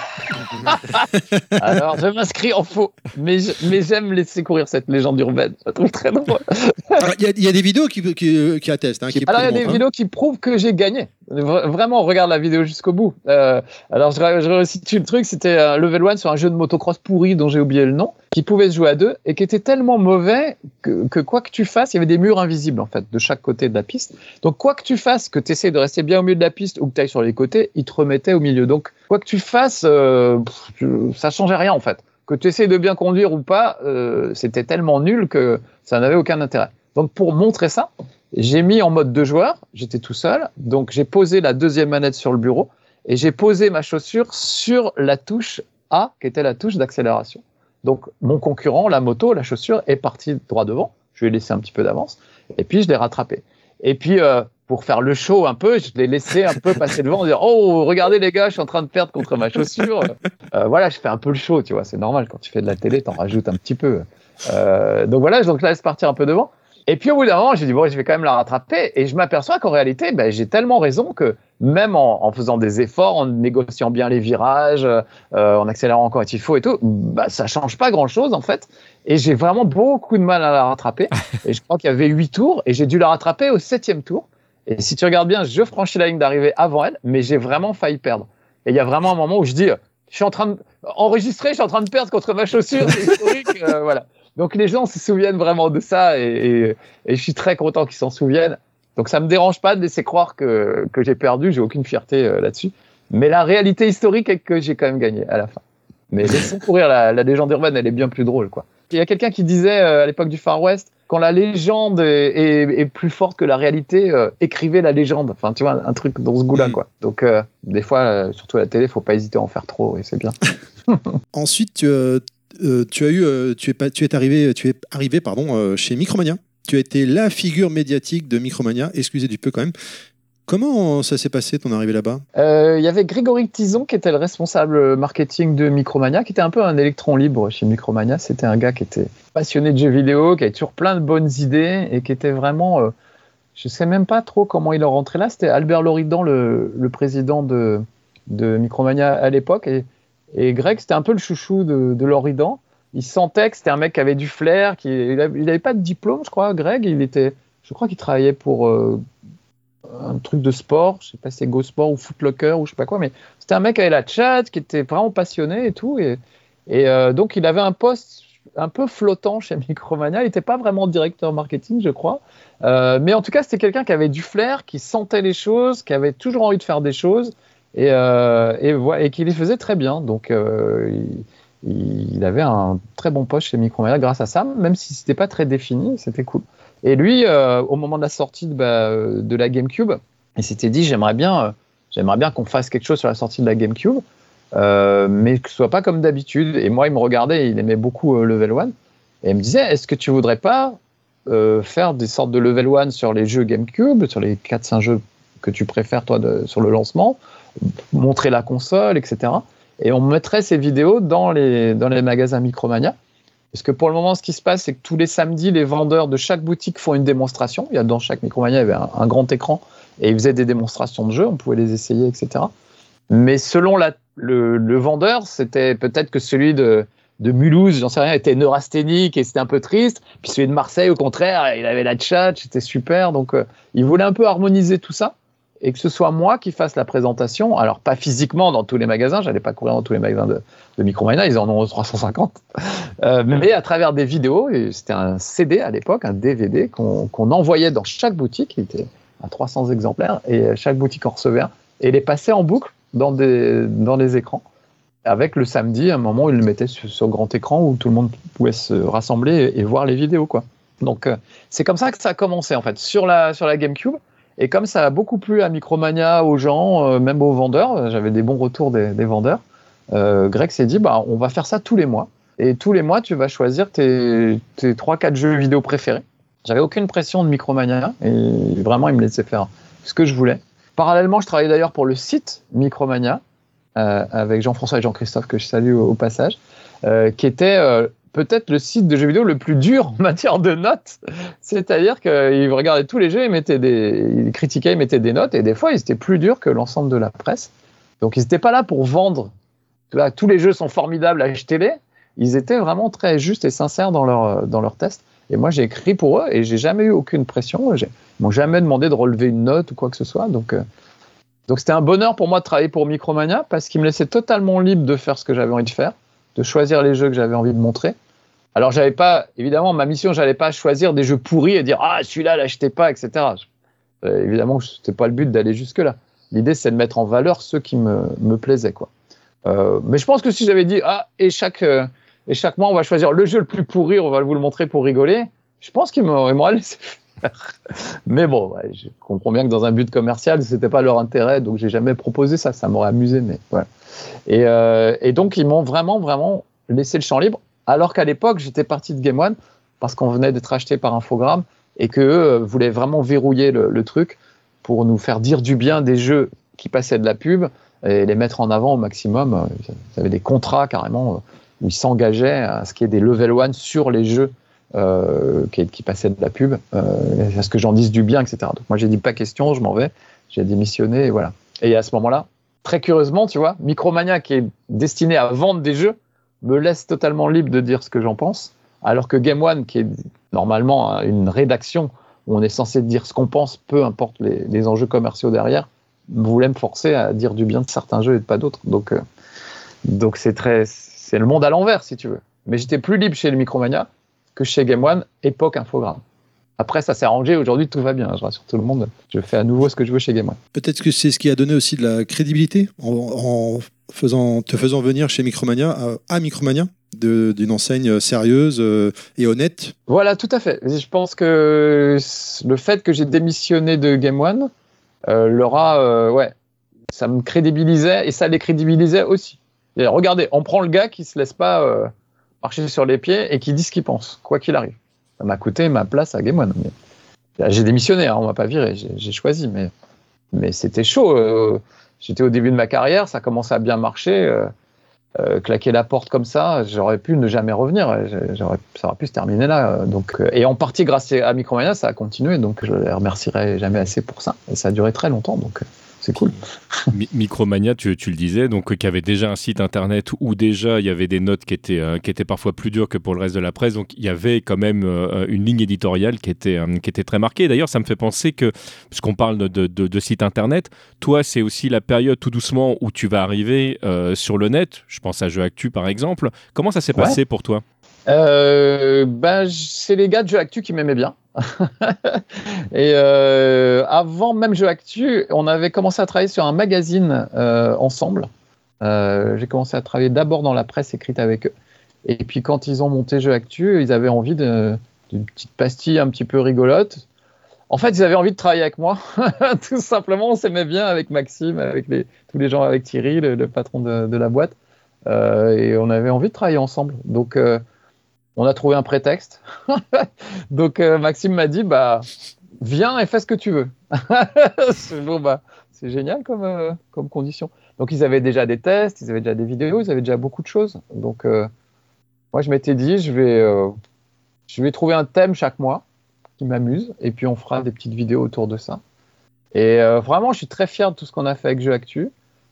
Alors, je m'inscris en faux, mais j'aime laisser courir cette légende urbaine. Je la trouve très drôle. Il y a des vidéos qui attestent. Alors, il y a des vidéos qui prouvent que j'ai gagné. Vraiment, regarde la vidéo jusqu'au bout. Alors, je resitue le truc. C'était un level 1 sur un jeu de motocross pourri dont j'ai oublié le nom, qui pouvait se jouer à 2 et qui était tellement mauvais que quoi que tu fasses, il y avait des murs invisibles en fait de chaque côté de la piste. Donc, quoi que tu fasses, que tu essaies de rester bien au milieu de la piste ou que tu ailles sur les côtés, il te remettait au milieu. Donc, quoi que tu fasses, ça changeait rien en fait. Que tu essaies de bien conduire ou pas, c'était tellement nul que ça n'avait aucun intérêt. Donc, pour montrer ça, j'ai mis en mode 2 joueurs, j'étais tout seul, donc j'ai posé la deuxième manette sur le bureau et j'ai posé ma chaussure sur la touche A, qui était la touche d'accélération. Donc mon concurrent, la moto, la chaussure, est parti droit devant, je lui ai laissé un petit peu d'avance, et puis je l'ai rattrapé. Et puis pour faire le show un peu, je l'ai laissé un peu passer devant, en disant « Oh, regardez les gars, je suis en train de perdre contre ma chaussure ». Voilà, je fais un peu le show, tu vois, c'est normal, quand tu fais de la télé, t'en rajoutes un petit peu. Donc voilà, donc là, je laisse partir un peu devant. Et puis au bout d'un moment, j'ai dit bon, je vais quand même la rattraper. Et je m'aperçois qu'en réalité, j'ai tellement raison que même en faisant des efforts, en négociant bien les virages, en accélérant quand il faut et tout, ça change pas grand-chose en fait. Et j'ai vraiment beaucoup de mal à la rattraper. Et je crois qu'il y avait 8 tours et j'ai dû la rattraper au 7e tour. Et si tu regardes bien, je franchis la ligne d'arrivée avant elle, mais j'ai vraiment failli perdre. Et il y a vraiment un moment où je dis, je suis en train de enregistrer, je suis en train de perdre contre ma chaussure, c'est historique, voilà. Donc les gens se souviennent vraiment de ça et je suis très content qu'ils s'en souviennent. Donc ça me dérange pas de laisser croire que j'ai perdu, j'ai aucune fierté là-dessus. Mais la réalité historique est que j'ai quand même gagné à la fin. Mais laissons courir la légende urbaine, elle est bien plus drôle, quoi. Il y a quelqu'un qui disait à l'époque du Far West, quand la légende est plus forte que la réalité, écrivez la légende. Enfin, tu vois, un truc dans ce goût-là, quoi. Donc des fois, surtout à la télé, faut pas hésiter à en faire trop et c'est bien. Ensuite, tu es arrivé chez Micromania. Tu as été la figure médiatique de Micromania. Excusez du peu quand même. Comment ça s'est passé ton arrivée là-bas ? Il y avait Grégory Tison qui était le responsable marketing de Micromania, qui était un peu un électron libre chez Micromania. C'était un gars qui était passionné de jeux vidéo, qui avait toujours plein de bonnes idées et qui était vraiment... je sais même pas trop comment il est rentré là. C'était Albert Loridan, le président de Micromania à l'époque. Et Greg, c'était un peu le chouchou de Loridan. Il sentait que c'était un mec qui avait du flair, il n'avait pas de diplôme, je crois, Greg. Je crois qu'il travaillait pour un truc de sport, je sais pas si c'est Go Sport ou Foot Locker ou je sais pas quoi, mais c'était un mec qui avait la tchatche, qui était vraiment passionné et tout. Et donc, il avait un poste un peu flottant chez Micromania. Il n'était pas vraiment directeur marketing, je crois. Mais en tout cas, c'était quelqu'un qui avait du flair, qui sentait les choses, qui avait toujours envie de faire des choses et qui les faisait très bien. Donc, il avait un très bon poste chez Micromania grâce à ça, même si c'était pas très défini, c'était cool. Et lui, au moment de la sortie de la GameCube, il s'était dit j'aimerais bien qu'on fasse quelque chose sur la sortie de la GameCube, mais que ce soit pas comme d'habitude. Et moi, il me regardait, il aimait beaucoup Level 1, et il me disait est-ce que tu voudrais pas faire des sortes de Level 1 sur les jeux GameCube, sur les 4-5 jeux que tu préfères toi sur le lancement, montrer la console, etc. Et on mettrait ces vidéos dans les magasins Micromania. Parce que pour le moment, ce qui se passe, c'est que tous les samedis, les vendeurs de chaque boutique font une démonstration. Dans chaque Micromania, il y avait un grand écran et ils faisaient des démonstrations de jeux. On pouvait les essayer, etc. Mais selon le vendeur, c'était peut-être que celui de Mulhouse, j'en sais rien, était neurasthénique et c'était un peu triste. Puis celui de Marseille, au contraire, il avait la tchatche, c'était super. Donc, il voulait un peu harmoniser tout ça. Et que ce soit moi qui fasse la présentation, alors pas physiquement dans tous les magasins, j'allais pas courir dans tous les magasins de Micromania, ils en ont 350, mais à travers des vidéos, et c'était un CD à l'époque, un DVD qu'on envoyait dans chaque boutique, il était à 300 exemplaires, et chaque boutique en recevait un, et les passait en boucle dans les écrans, avec le samedi, un moment où ils le mettaient sur grand écran, où tout le monde pouvait se rassembler et voir les vidéos, quoi. Donc c'est comme ça que ça a commencé, en fait, sur la GameCube. Et comme ça a beaucoup plu à Micromania, aux gens, même aux vendeurs, j'avais des bons retours des vendeurs, Greg s'est dit, on va faire ça tous les mois. Et tous les mois, tu vas choisir tes 3-4 jeux vidéo préférés. J'avais aucune pression de Micromania, et vraiment, il me laissait faire ce que je voulais. Parallèlement, je travaillais d'ailleurs pour le site Micromania, avec Jean-François et Jean-Christophe, que je salue au passage, qui était peut-être le site de jeux vidéo le plus dur en matière de notes. C'est-à-dire qu'ils regardaient tous les jeux, ils critiquaient, ils mettaient des notes, et des fois, ils étaient plus durs que l'ensemble de la presse. Donc, ils n'étaient pas là pour vendre. Tous les jeux sont formidables, achetez-les. Ils étaient vraiment très justes et sincères dans leur test. Et moi, j'ai écrit pour eux, et j'ai jamais eu aucune pression. Ils m'ont jamais demandé de relever une note ou quoi que ce soit. Donc c'était un bonheur pour moi de travailler pour Micromania, parce qu'ils me laissaient totalement libre de faire ce que j'avais envie de faire, de choisir les jeux que j'avais envie de montrer. Alors, j'avais pas, évidemment, ma mission, j'allais pas choisir des jeux pourris et dire « Ah, celui-là, l'achetez pas, etc. » Évidemment, c'était pas le but d'aller jusque-là. L'idée, c'est de mettre en valeur ceux qui me plaisaient, quoi. Mais je pense que si j'avais dit « Ah, et chaque mois, on va choisir le jeu le plus pourri, on va vous le montrer pour rigoler », je pense qu'ils m'auraient laissé faire. Mais bon, ouais, je comprends bien que dans un but commercial, c'était pas leur intérêt, donc j'ai jamais proposé ça. Ça m'aurait amusé, mais voilà. Et donc, ils m'ont vraiment laissé le champ libre, alors qu'à l'époque, j'étais parti de Game One parce qu'on venait d'être acheté par Infogrames et qu'eux voulaient vraiment verrouiller le truc pour nous faire dire du bien des jeux qui passaient de la pub et les mettre en avant au maximum. Ils avaient des contrats carrément où ils s'engageaient à ce qu'il y ait des level 1 sur les jeux qui passaient de la pub, à ce que j'en dise du bien, etc. Donc moi, j'ai dit pas question, je m'en vais, j'ai démissionné, et voilà. Et à ce moment-là, très curieusement, tu vois, Micromania, qui est destiné à vendre des jeux, me laisse totalement libre de dire ce que j'en pense, alors que Game One, qui est normalement une rédaction où on est censé dire ce qu'on pense, peu importe les enjeux commerciaux derrière, voulait me forcer à dire du bien de certains jeux et de pas d'autres. Donc c'est le monde à l'envers, si tu veux. Mais j'étais plus libre chez le Micromania que chez Game One, époque Infogrames. Après, ça s'est arrangé, aujourd'hui tout va bien, je rassure tout le monde, je fais à nouveau ce que je veux chez Game One. Peut-être que c'est ce qui a donné aussi de la crédibilité en te faisant venir chez Micromania, à Micromania, d'une enseigne sérieuse et honnête. Voilà, tout à fait. Je pense que le fait que j'ai démissionné de Game One ça me crédibilisait et ça les crédibilisait aussi. Et regardez, on prend le gars qui se laisse pas marcher sur les pieds et qui dit ce qu'il pense, quoi qu'il arrive. Ça m'a coûté ma place à Game One. J'ai démissionné, on m'a pas viré, j'ai choisi, mais c'était chaud. J'étais au début de ma carrière, ça commençait à bien marcher. Claquer la porte comme ça, j'aurais pu ne jamais revenir. Ça aurait pu se terminer là. Et en partie grâce à Micromania, ça a continué. Donc je les remercierai jamais assez pour ça. Et ça a duré très longtemps. Donc c'est cool. Micromania, tu le disais, donc qui avait déjà un site internet où déjà il y avait des notes qui étaient parfois plus dures que pour le reste de la presse. Donc il y avait quand même une ligne éditoriale qui était très marquée. D'ailleurs, ça me fait penser que, puisqu'on parle de site internet, toi, c'est aussi la période tout doucement où tu vas arriver sur le net. Je pense à Jeux Actu par exemple. Comment ça s'est passé pour toi ? C'est les gars de Jeux Actu qui m'aimaient bien. Et avant même Jeux Actu, on avait commencé à travailler sur un magazine ensemble. J'ai commencé à travailler d'abord dans la presse écrite avec eux. Et puis quand ils ont monté Jeux Actu, ils avaient envie d'une petite pastille un petit peu rigolote. En fait, ils avaient envie de travailler avec moi. Tout simplement, on s'aimait bien avec Maxime, avec tous les gens, avec Thierry, le patron de la boîte. Et on avait envie de travailler ensemble. Donc on a trouvé un prétexte. Donc Maxime m'a dit viens et fais ce que tu veux. C'est génial comme condition. Donc ils avaient déjà des tests, ils avaient déjà des vidéos, ils avaient déjà beaucoup de choses. Donc moi je m'étais dit je vais trouver un thème chaque mois qui m'amuse et puis on fera des petites vidéos autour de ça. Et vraiment je suis très fier de tout ce qu'on a fait avec Jeux Actu.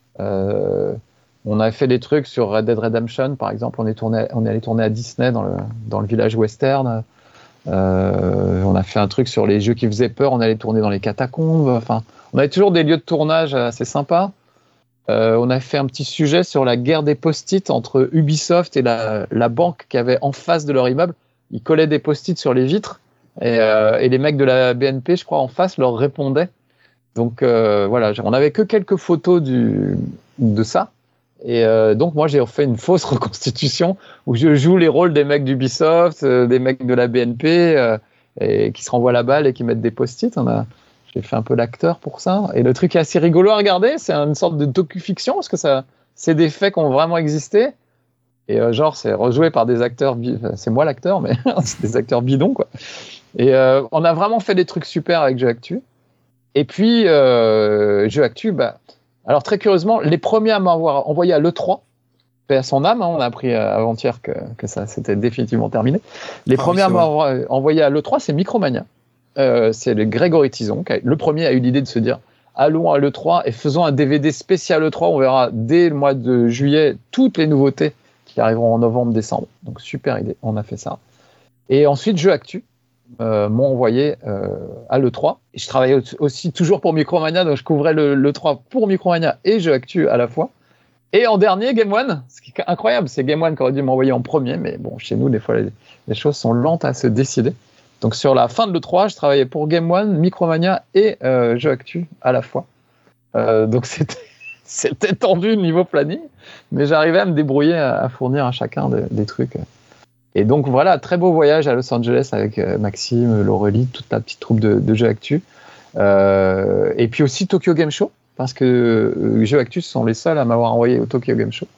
On a fait des trucs sur Red Dead Redemption, par exemple. On est allé tourner à Disney dans le village western. On a fait un truc sur les jeux qui faisaient peur. On allait tourner dans les catacombes. Enfin, on avait toujours des lieux de tournage assez sympas. On a fait un petit sujet sur la guerre des post-it entre Ubisoft et la banque qui avait en face de leur immeuble. Ils collaient des post-it sur les vitres et les mecs de la BNP, je crois, en face leur répondaient. Donc voilà, on n'avait que quelques photos de ça. Et donc moi j'ai fait une fausse reconstitution où je joue les rôles des mecs d'Ubisoft, des mecs de la BNP et qui se renvoient la balle et qui mettent des post-it. J'ai fait un peu l'acteur pour ça. Et le truc est assez rigolo à regarder, c'est une sorte de docu-fiction parce que c'est des faits qui ont vraiment existé. Et c'est rejoué par des acteurs, c'est moi l'acteur, mais c'est des acteurs bidons quoi. Et on a vraiment fait des trucs super avec Jeux Actu. Et puis Jeux Actu, alors très curieusement, les premiers à m'avoir envoyé à l'E3, paix à son âme, hein, on a appris avant-hier que ça c'était définitivement terminé. Les premiers à m'avoir envoyé à l'E3, c'est Micromania. C'est le Grégory Tison, le premier a eu l'idée de se dire allons à l'E3 et faisons un DVD spécial E3. On verra dès le mois de juillet toutes les nouveautés qui arriveront en novembre-décembre. Donc super idée, on a fait ça. Et ensuite, Jeux Actu m'ont envoyé à l'E3. Et je travaillais aussi toujours pour Micromania, donc je couvrais l'E3 pour Micromania et Jeux Actu à la fois. Et en dernier, Game One, ce qui est incroyable, c'est Game One qui aurait dû m'envoyer en premier, mais bon, chez nous, des fois, les choses sont lentes à se décider. Donc sur la fin de l'E3, je travaillais pour Game One, Micromania et Jeux Actu à la fois. Donc c'était tendu niveau planning, mais j'arrivais à me débrouiller à fournir à chacun des trucs. Et donc voilà, très beau voyage à Los Angeles avec Maxime, Laurelie, toute la petite troupe de Jeux Actu. Et puis aussi Tokyo Game Show, parce que Jeux Actu sont les seuls à m'avoir envoyé au Tokyo Game Show.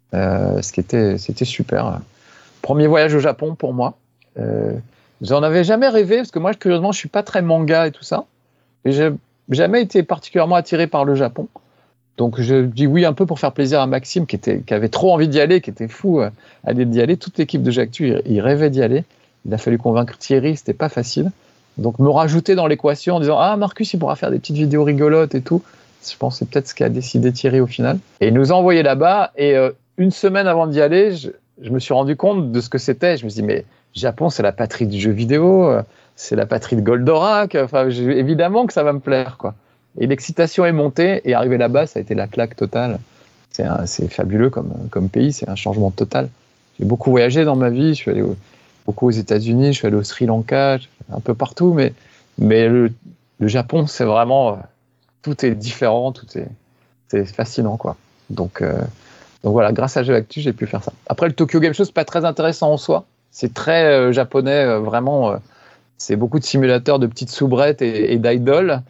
C'était super. Premier voyage au Japon pour moi. J'en avais jamais rêvé, parce que moi, curieusement, je suis pas très manga et tout ça. Et j'ai jamais été particulièrement attiré par le Japon. Donc je dis oui un peu pour faire plaisir à Maxime, qui avait trop envie d'y aller, qui était fou d'y aller. Toute l'équipe de Jeux Actu, il rêvait d'y aller. Il a fallu convaincre Thierry, c'était pas facile. Donc me rajouter dans l'équation en disant ah Marcus il pourra faire des petites vidéos rigolotes et tout. Je pense que c'est peut-être ce qu'a décidé Thierry au final. Et il nous a envoyé là-bas et une semaine avant d'y aller, je me suis rendu compte de ce que c'était. Je me suis dit mais Japon c'est la patrie du jeu vidéo, c'est la patrie de Goldorak. Enfin évidemment que ça va me plaire quoi. Et l'excitation est montée et arrivé là-bas ça a été la claque totale. C'est fabuleux comme pays, c'est un changement total. J'ai beaucoup voyagé dans ma vie, je suis allé beaucoup aux États-Unis, je suis allé au Sri Lanka, un peu partout, mais le Japon, c'est vraiment tout est différent, c'est fascinant quoi. Donc voilà, grâce à Jeux Actu, j'ai pu faire ça. Après le Tokyo Game Show, c'est pas très intéressant en soi, c'est très japonais, vraiment. C'est beaucoup de simulateurs de petites soubrettes et d'idoles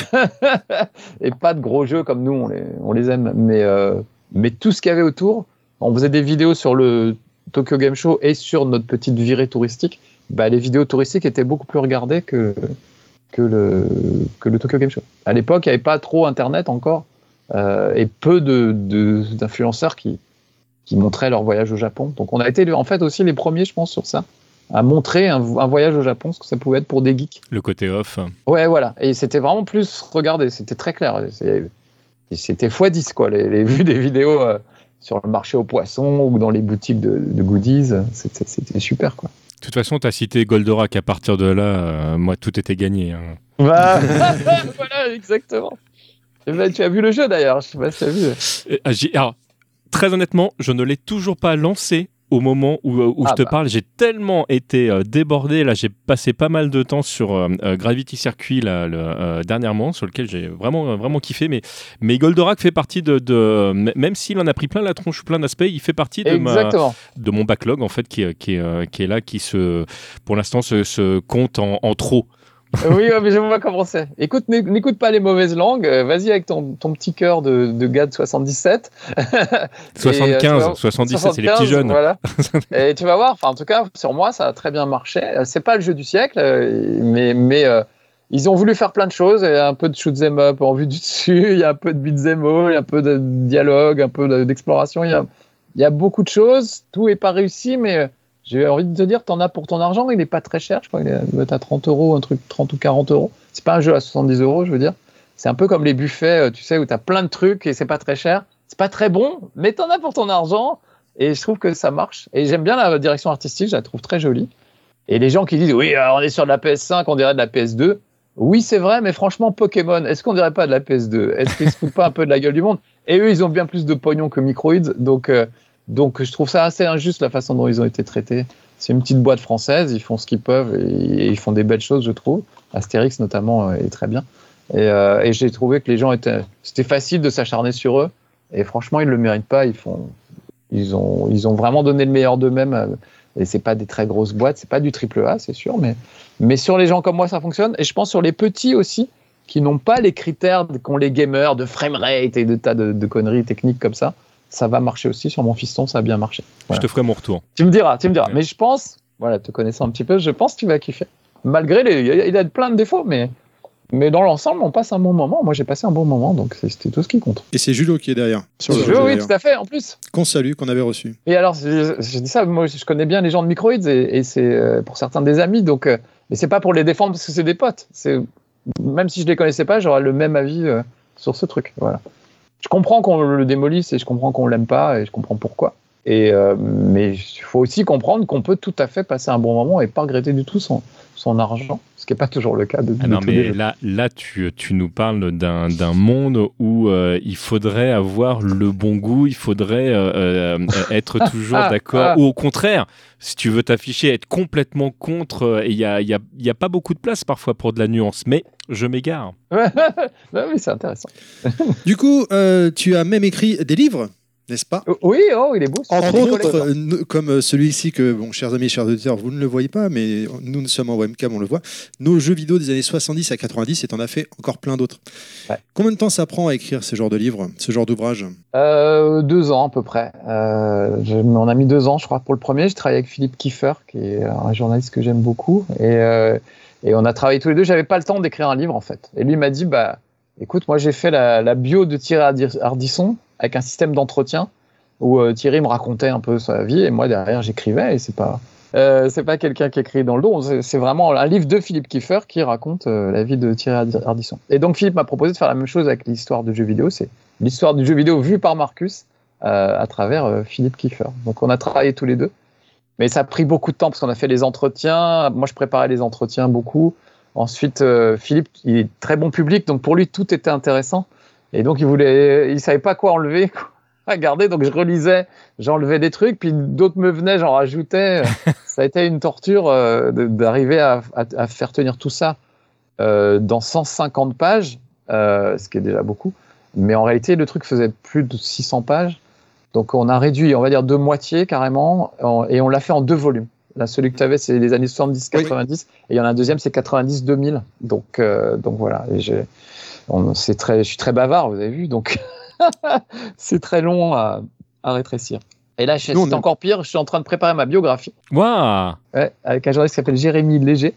et pas de gros jeux comme nous, on les aime. Mais tout ce qu'il y avait autour, on faisait des vidéos sur le Tokyo Game Show et sur notre petite virée touristique. Les vidéos touristiques étaient beaucoup plus regardées que le Tokyo Game Show. À l'époque, il n'y avait pas trop Internet encore et peu d'influenceurs qui montraient leur voyage au Japon. Donc on a été en fait aussi les premiers, je pense, sur ça, à montrer un voyage au Japon, ce que ça pouvait être pour des geeks. Le côté off. Ouais, voilà. Et c'était vraiment plus regardé, c'était très clair. C'était x10, quoi. Les vues des vidéos sur le marché aux poissons ou dans les boutiques de goodies, c'était super, quoi. De toute façon, tu as cité Goldorak. À partir de là, moi, tout était gagné. Hein. Voilà, exactement. Tu as vu le jeu, d'ailleurs. Je sais pas si tu as vu. Alors, très honnêtement, je ne l'ai toujours pas lancé au moment où je te parle. J'ai tellement été débordé. Là, j'ai passé pas mal de temps sur Gravity Circuit dernièrement, sur lequel j'ai vraiment kiffé. Mais Goldorak fait partie même s'il en a pris plein la tronche, plein d'aspects, il fait partie de mon backlog en fait, qui est là, qui pour l'instant se compte en trop. Oui, mais je vois comment c'est. Écoute, n'écoute pas les mauvaises langues. Vas-y avec ton petit cœur de gars de 77. 75, 77, c'est les petits jeunes. Voilà. Et tu vas voir, en tout cas, sur moi, ça a très bien marché. C'est pas le jeu du siècle, mais ils ont voulu faire plein de choses. Il y a un peu de shoot 'em up en vue du dessus, il y a un peu de beat 'em all, il y a un peu de dialogue, un peu d'exploration. Il y a beaucoup de choses. Tout n'est pas réussi, mais j'ai envie de te dire, t'en as pour ton argent, il n'est pas très cher, je crois qu'il doit être à 30 €, un truc 30 ou 40 €. C'est pas un jeu à 70 €, je veux dire. C'est un peu comme les buffets, tu sais, où t'as plein de trucs et c'est pas très cher. C'est pas très bon, mais t'en as pour ton argent et je trouve que ça marche. Et j'aime bien la direction artistique, je la trouve très jolie. Et les gens qui disent, oui, on est sur de la PS5, on dirait de la PS2. Oui, c'est vrai, mais franchement, Pokémon, est-ce qu'on dirait pas de la PS2 ? Est-ce qu'ils se foutent pas un peu de la gueule du monde ? Et eux, ils ont bien plus de pognon que Microïd, donc je trouve ça assez injuste la façon dont ils ont été traités. C'est une petite boîte française, ils font ce qu'ils peuvent et ils font des belles choses, je trouve. Astérix notamment est très bien. Et j'ai trouvé que les gens c'était facile de s'acharner sur eux. Et franchement, ils le méritent pas. Ils ont vraiment donné le meilleur d'eux-mêmes. Et c'est pas des très grosses boîtes, c'est pas du AAA, c'est sûr. Mais sur les gens comme moi, ça fonctionne. Et je pense sur les petits aussi, qui n'ont pas les critères qu'ont les gamers de framerate et de tas de conneries techniques comme ça. Ça va marcher aussi. Sur mon fiston, ça a bien marché. Voilà. Je te ferai mon retour. Tu me diras. Ouais. Mais je pense, voilà, te connaissant un petit peu, je pense que tu vas kiffer. Malgré il a plein de défauts, mais Mais dans l'ensemble, on passe un bon moment. Moi, j'ai passé un bon moment, donc c'était tout ce qui compte. Et c'est Julio qui est derrière. Sur le jeu, oui, tout à fait, en plus. Qu'on salue, qu'on avait reçu. Et alors, je dis ça, moi, je connais bien les gens de Microids et c'est pour certains des amis, donc, mais c'est pas pour les défendre parce que c'est des potes. Même si je les connaissais pas, j'aurais le même avis sur ce truc. Voilà. Je comprends qu'on le démolisse et je comprends qu'on l'aime pas et je comprends pourquoi. Mais il faut aussi comprendre qu'on peut tout à fait passer un bon moment et pas regretter du tout son argent, ce qui n'est pas toujours le cas de non, mais là tu nous parles d'un monde où il faudrait avoir le bon goût, il faudrait être toujours d'accord, ou au contraire, si tu veux t'afficher, être complètement contre, il y a pas beaucoup de place parfois pour de la nuance, mais je m'égare. Oui, c'est intéressant. Du coup, tu as même écrit des livres, n'est-ce pas? Oui, il est beau. Entre autres, comme celui-ci que, bon, chers amis, chers auditeurs, vous ne le voyez pas, mais nous sommes en webcam, on le voit. Nos jeux vidéo des années 70 à 90, et t'en as fait encore plein d'autres. Ouais. Combien de temps ça prend à écrire ce genre de livre, ce genre d'ouvrage? 2 ans à peu près. On a mis 2 ans, je crois, pour le premier. J'ai travaillé avec Philippe Kiefer, qui est un journaliste que j'aime beaucoup, et on a travaillé tous les deux. J'avais pas le temps d'écrire un livre, en fait. Et lui m'a dit, écoute, moi j'ai fait la bio de Thierry Ardisson avec un système d'entretien où Thierry me racontait un peu sa vie et moi derrière j'écrivais, et c'est pas quelqu'un qui écrit dans le dos, c'est vraiment un livre de Philippe Kiefer qui raconte la vie de Thierry Ardisson. Et donc Philippe m'a proposé de faire la même chose avec l'histoire du jeu vidéo, c'est l'histoire du jeu vidéo vue par Marcus à travers Philippe Kiefer. Donc on a travaillé tous les deux, mais ça a pris beaucoup de temps parce qu'on a fait les entretiens, moi je préparais les entretiens beaucoup. Ensuite, Philippe, il est très bon public, donc pour lui, tout était intéressant. Et donc, il savait pas quoi enlever, à garder. Donc, je relisais, j'enlevais des trucs, puis d'autres me venaient, j'en rajoutais. Ça a été une torture d'arriver à faire tenir tout ça dans 150 pages, ce qui est déjà beaucoup. Mais en réalité, le truc faisait plus de 600 pages. Donc, on a réduit, on va dire, de moitié carrément, et on l'a fait en 2 volumes. Là, celui que tu avais, c'est les années 70-90, et il y en a un deuxième, c'est 90-2000. Donc voilà. Et je suis très bavard, vous avez vu, donc c'est très long à rétrécir. Et là, c'est encore pire, je suis en train de préparer ma biographie. Waouh! Ouais, avec un journaliste qui s'appelle Jérémy Léger,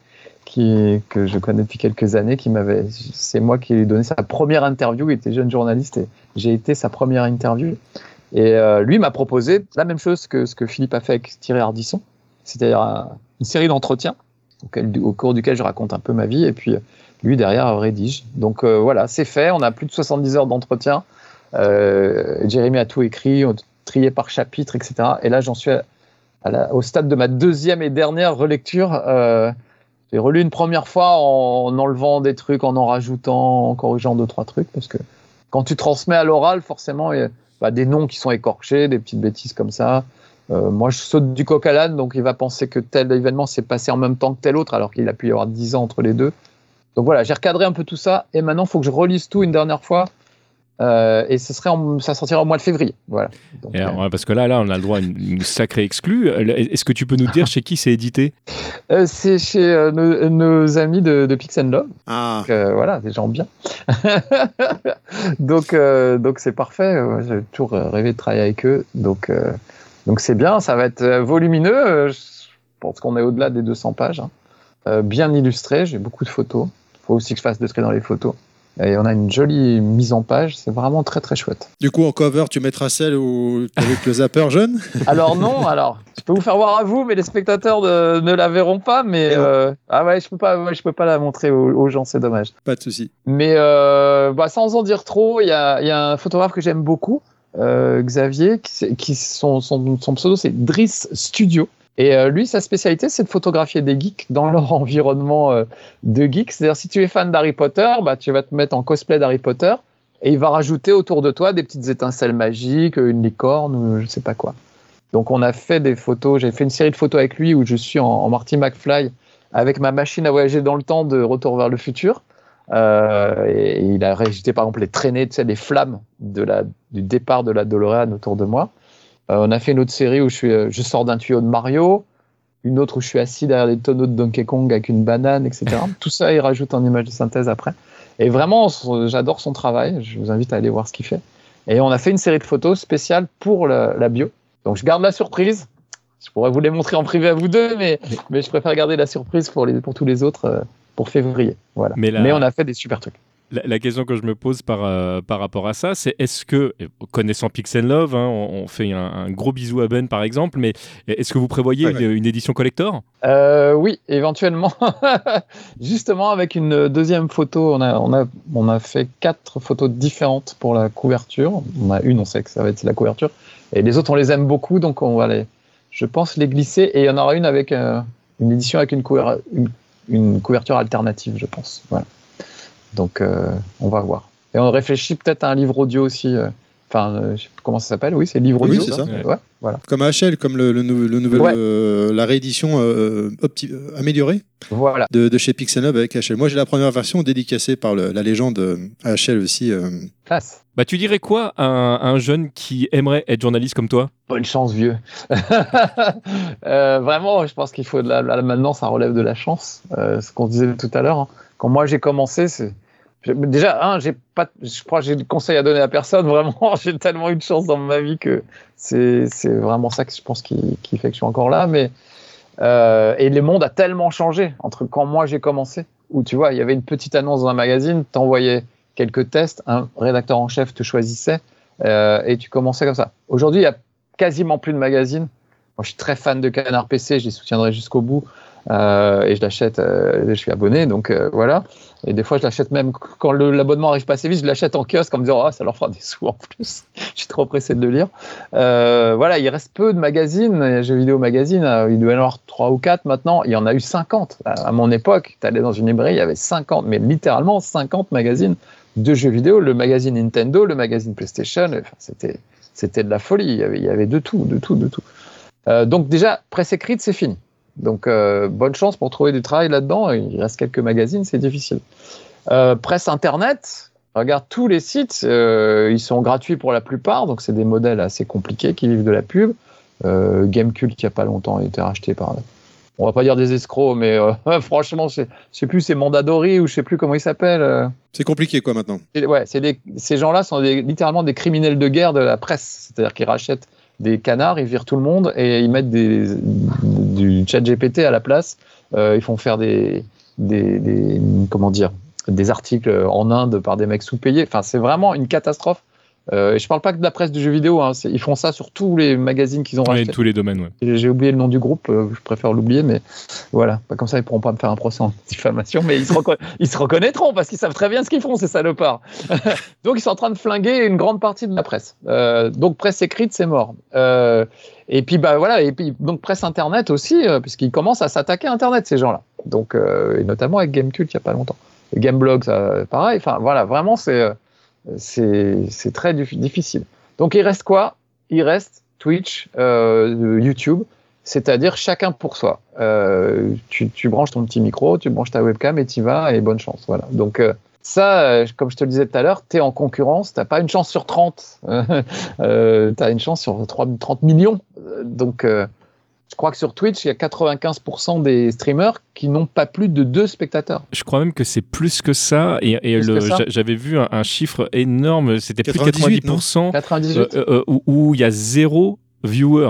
que je connais depuis quelques années, c'est moi qui lui ai donné sa première interview. Il était jeune journaliste et j'ai été sa première interview. Et lui m'a proposé la même chose que ce que Philippe a fait avec Thierry Ardisson. C'est-à-dire une série d'entretiens au cours duquel je raconte un peu ma vie et puis lui derrière rédige. Donc voilà, c'est fait, on a plus de 70 heures d'entretien. Jérémy a tout écrit, trié par chapitre, etc. Et là, j'en suis au stade de ma 2e et dernière relecture. J'ai relu une première fois en enlevant des trucs, en rajoutant, en corrigeant 2-3 trucs, parce que quand tu transmets à l'oral, forcément, il y a des noms qui sont écorchés, des petites bêtises comme ça. Moi, je saute du coq à l'âne, donc il va penser que tel événement s'est passé en même temps que tel autre, alors qu'il a pu y avoir 10 ans entre les deux. Donc voilà, j'ai recadré un peu tout ça, et maintenant, il faut que je relise tout une dernière fois, et ça sortira au mois de février. Voilà. Donc, ouais, parce que là, on a le droit à une sacrée exclue. Est-ce que tu peux nous dire chez qui c'est édité? C'est chez nos amis de Pix & Love. Ah. Donc, voilà, des gens bien. donc c'est parfait. J'ai toujours rêvé de travailler avec eux. Donc c'est bien, ça va être volumineux. Je pense qu'on est au-delà des 200 pages. Bien illustré, j'ai beaucoup de photos. Il faut aussi que je fasse de tri dans les photos. Et on a une jolie mise en page, c'est vraiment très très chouette. Du coup, en cover, tu mettras celle avec le zapper jaune? Alors non, je peux vous faire voir à vous, mais les spectateurs ne la verront pas. Mais je peux pas la montrer aux gens, c'est dommage. Pas de souci. Mais sans en dire trop, il y a un photographe que j'aime beaucoup, Xavier, son pseudo c'est Driss Studio. Et lui, sa spécialité, c'est de photographier des geeks dans leur environnement de geeks. C'est-à-dire, si tu es fan d'Harry Potter, tu vas te mettre en cosplay d'Harry Potter et il va rajouter autour de toi des petites étincelles magiques, une licorne ou je sais pas quoi. Donc, on a fait des photos. J'ai fait une série de photos avec lui où je suis en Marty McFly avec ma machine à voyager dans le temps de Retour vers le futur. Et il a réajouté, par exemple, les traînées, les flammes du départ de la DeLorean autour de moi. On a fait une autre série où je sors d'un tuyau de Mario, une autre où je suis assis derrière des tonneaux de Donkey Kong avec une banane, etc. Tout ça, il rajoute en image de synthèse après. Et vraiment, j'adore son travail. Je vous invite à aller voir ce qu'il fait. Et on a fait une série de photos spéciales pour la bio. Donc, je garde la surprise. Je pourrais vous les montrer en privé à vous deux, mais je préfère garder la surprise pour tous les autres. pour février. Voilà. Mais on a fait des super trucs. La question que je me pose par rapport à ça, c'est est-ce que, connaissant Pix & Love, hein, on fait un gros bisou à Ben par exemple, mais est-ce que vous prévoyez une édition collector ? Oui, éventuellement. Justement, avec une deuxième photo, on a fait 4 photos différentes pour la couverture. On a une, on sait que ça va être la couverture. Et les autres, on les aime beaucoup, donc on va je pense les glisser. Et il y en aura une avec une édition avec une couverture alternative, je pense. Voilà. Donc, on va voir. Et on réfléchit peut-être à un livre audio aussi. Je sais plus comment ça s'appelle. Oui, c'est livre audio. Oui, c'est ça. Ouais, voilà. Comme HL, comme le nouvel, la réédition améliorée de chez Pix & Love avec HL. Moi, j'ai la première version dédicacée par la légende HL aussi. Classe. Bah, tu dirais quoi à un jeune qui aimerait être journaliste comme toi ? Bonne chance, vieux. Vraiment, je pense qu'il faut maintenant, ça relève de la chance. Ce qu'on disait tout à l'heure. Hein. Quand moi j'ai commencé, déjà, je crois que j'ai de conseils à donner à personne. Vraiment, j'ai tellement eu de chance dans ma vie que c'est vraiment ça que je pense qui fait que je suis encore là. Mais et le monde a tellement changé entre quand moi j'ai commencé, où tu vois, il y avait une petite annonce dans un magazine, t'envoyais quelques tests, un rédacteur en chef te choisissait et tu commençais comme ça. Aujourd'hui, il y a quasiment plus de magazines. Moi, je suis très fan de Canard PC, je les soutiendrai jusqu'au bout. Et je l'achète, je suis abonné, donc voilà. Et des fois, je l'achète même quand l'abonnement arrive pas assez vite, je l'achète en kiosque en me disant ça leur fera des sous en plus. Je suis trop pressé de le lire. Voilà, il reste peu de magazines, jeux vidéo magazines, il doit y en avoir 3 ou 4 maintenant. Il y en a eu 50. À mon époque, tu allais dans une librairie, il y avait 50, mais littéralement 50 magazines de jeux vidéo. Le magazine Nintendo, le magazine PlayStation, c'était de la folie. Il y avait de tout. Donc déjà, presse écrite, c'est fini. Donc, bonne chance pour trouver du travail là-dedans. Il reste quelques magazines, c'est difficile. Presse Internet, regarde tous les sites, ils sont gratuits pour la plupart, donc c'est des modèles assez compliqués qui vivent de la pub. Gamecult, il n'y a pas longtemps, a été racheté par... On va pas dire des escrocs, mais franchement, je sais plus, c'est Mondadori ou je sais plus comment il s'appelle. C'est compliqué, quoi, maintenant. Ces gens-là sont littéralement des criminels de guerre de la presse. C'est-à-dire qu'ils rachètent des canards, ils virent tout le monde et ils mettent du chat GPT à la place. Ils font faire des articles en Inde par des mecs sous-payés. Enfin, c'est vraiment une catastrophe. Et je parle pas que de la presse du jeu vidéo, hein. Ils font ça sur tous les magazines qu'ils ont rachetés. Tous les domaines, ouais. J'ai oublié le nom du groupe, je préfère l'oublier, mais voilà. Comme ça, ils pourront pas me faire un procès en diffamation, mais ils se reconnaîtront parce qu'ils savent très bien ce qu'ils font, ces salopards. Donc, ils sont en train de flinguer une grande partie de la presse. Donc, presse écrite, c'est mort. Et puis, donc presse Internet aussi, puisqu'ils commencent à s'attaquer à Internet, ces gens-là. Donc, et notamment avec Gamecult, il y a pas longtemps. Et Gameblog, ça, pareil. Enfin, voilà, vraiment, c'est très difficile. Donc, il reste quoi ? Il reste Twitch, YouTube, c'est-à-dire chacun pour soi. Tu branches ton petit micro, tu branches ta webcam et tu y vas, et bonne chance. Voilà. Donc, ça, comme je te le disais tout à l'heure, tu es en concurrence, tu n'as pas une chance sur 30, tu as une chance sur 30 millions. Donc, je crois que sur Twitch, il y a 95% des streamers qui n'ont pas plus de 2 spectateurs. Je crois même que c'est plus que ça. J'avais vu un chiffre énorme, c'était plus de 90%. 98 où il y a 0 viewer.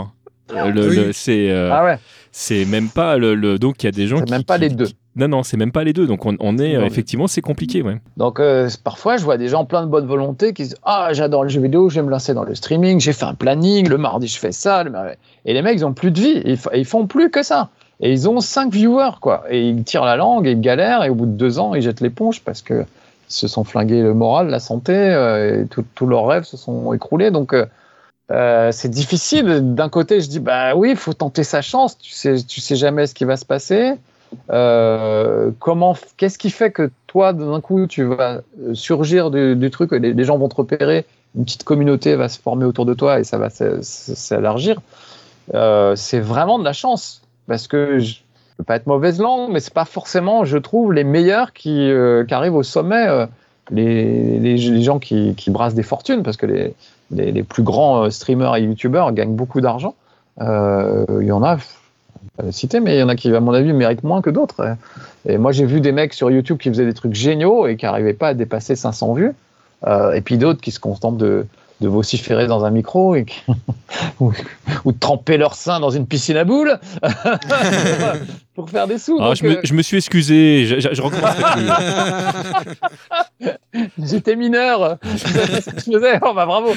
C'est même pas donc il y a des gens c'est même pas les 2. Non, c'est même pas les 2. Donc on est effectivement, c'est compliqué, ouais. Donc parfois je vois des gens plein de bonne volonté qui disent j'adore le jeu vidéo, je vais me lancer dans le streaming, j'ai fait un planning, le mardi je fais ça, et les mecs ils ont plus de vie, ils font plus que ça. Et ils ont 5 viewers, quoi. Et ils tirent la langue, et ils galèrent, et au bout de 2 ans ils jettent l'éponge parce que ils se sont flingués le moral, la santé, et tous leurs rêves se sont écroulés. Donc c'est difficile. D'un côté, je dis oui, il faut tenter sa chance. Tu sais jamais ce qui va se passer. Qu'est-ce qui fait que toi, d'un coup, tu vas surgir du truc, les gens vont te repérer, une petite communauté va se former autour de toi et ça va s'élargir. C'est vraiment de la chance, parce que je ne veux pas être mauvaise langue, mais c'est pas forcément, je trouve, les meilleurs qui arrivent au sommet. Les gens qui brassent des fortunes, parce que les plus grands streamers et youtubeurs gagnent beaucoup d'argent. Il y en a, pas les citer, mais il y en a qui, à mon avis, méritent moins que d'autres. Et moi, j'ai vu des mecs sur YouTube qui faisaient des trucs géniaux et qui n'arrivaient pas à dépasser 500 vues. Et puis d'autres qui se contentent de de vociférer dans un micro ou de tremper leur sein dans une piscine à boules pour faire des sous. Ah, donc, je me suis excusé, je recommencerai plus. J'étais mineur, je savais ce que je faisais, bravo.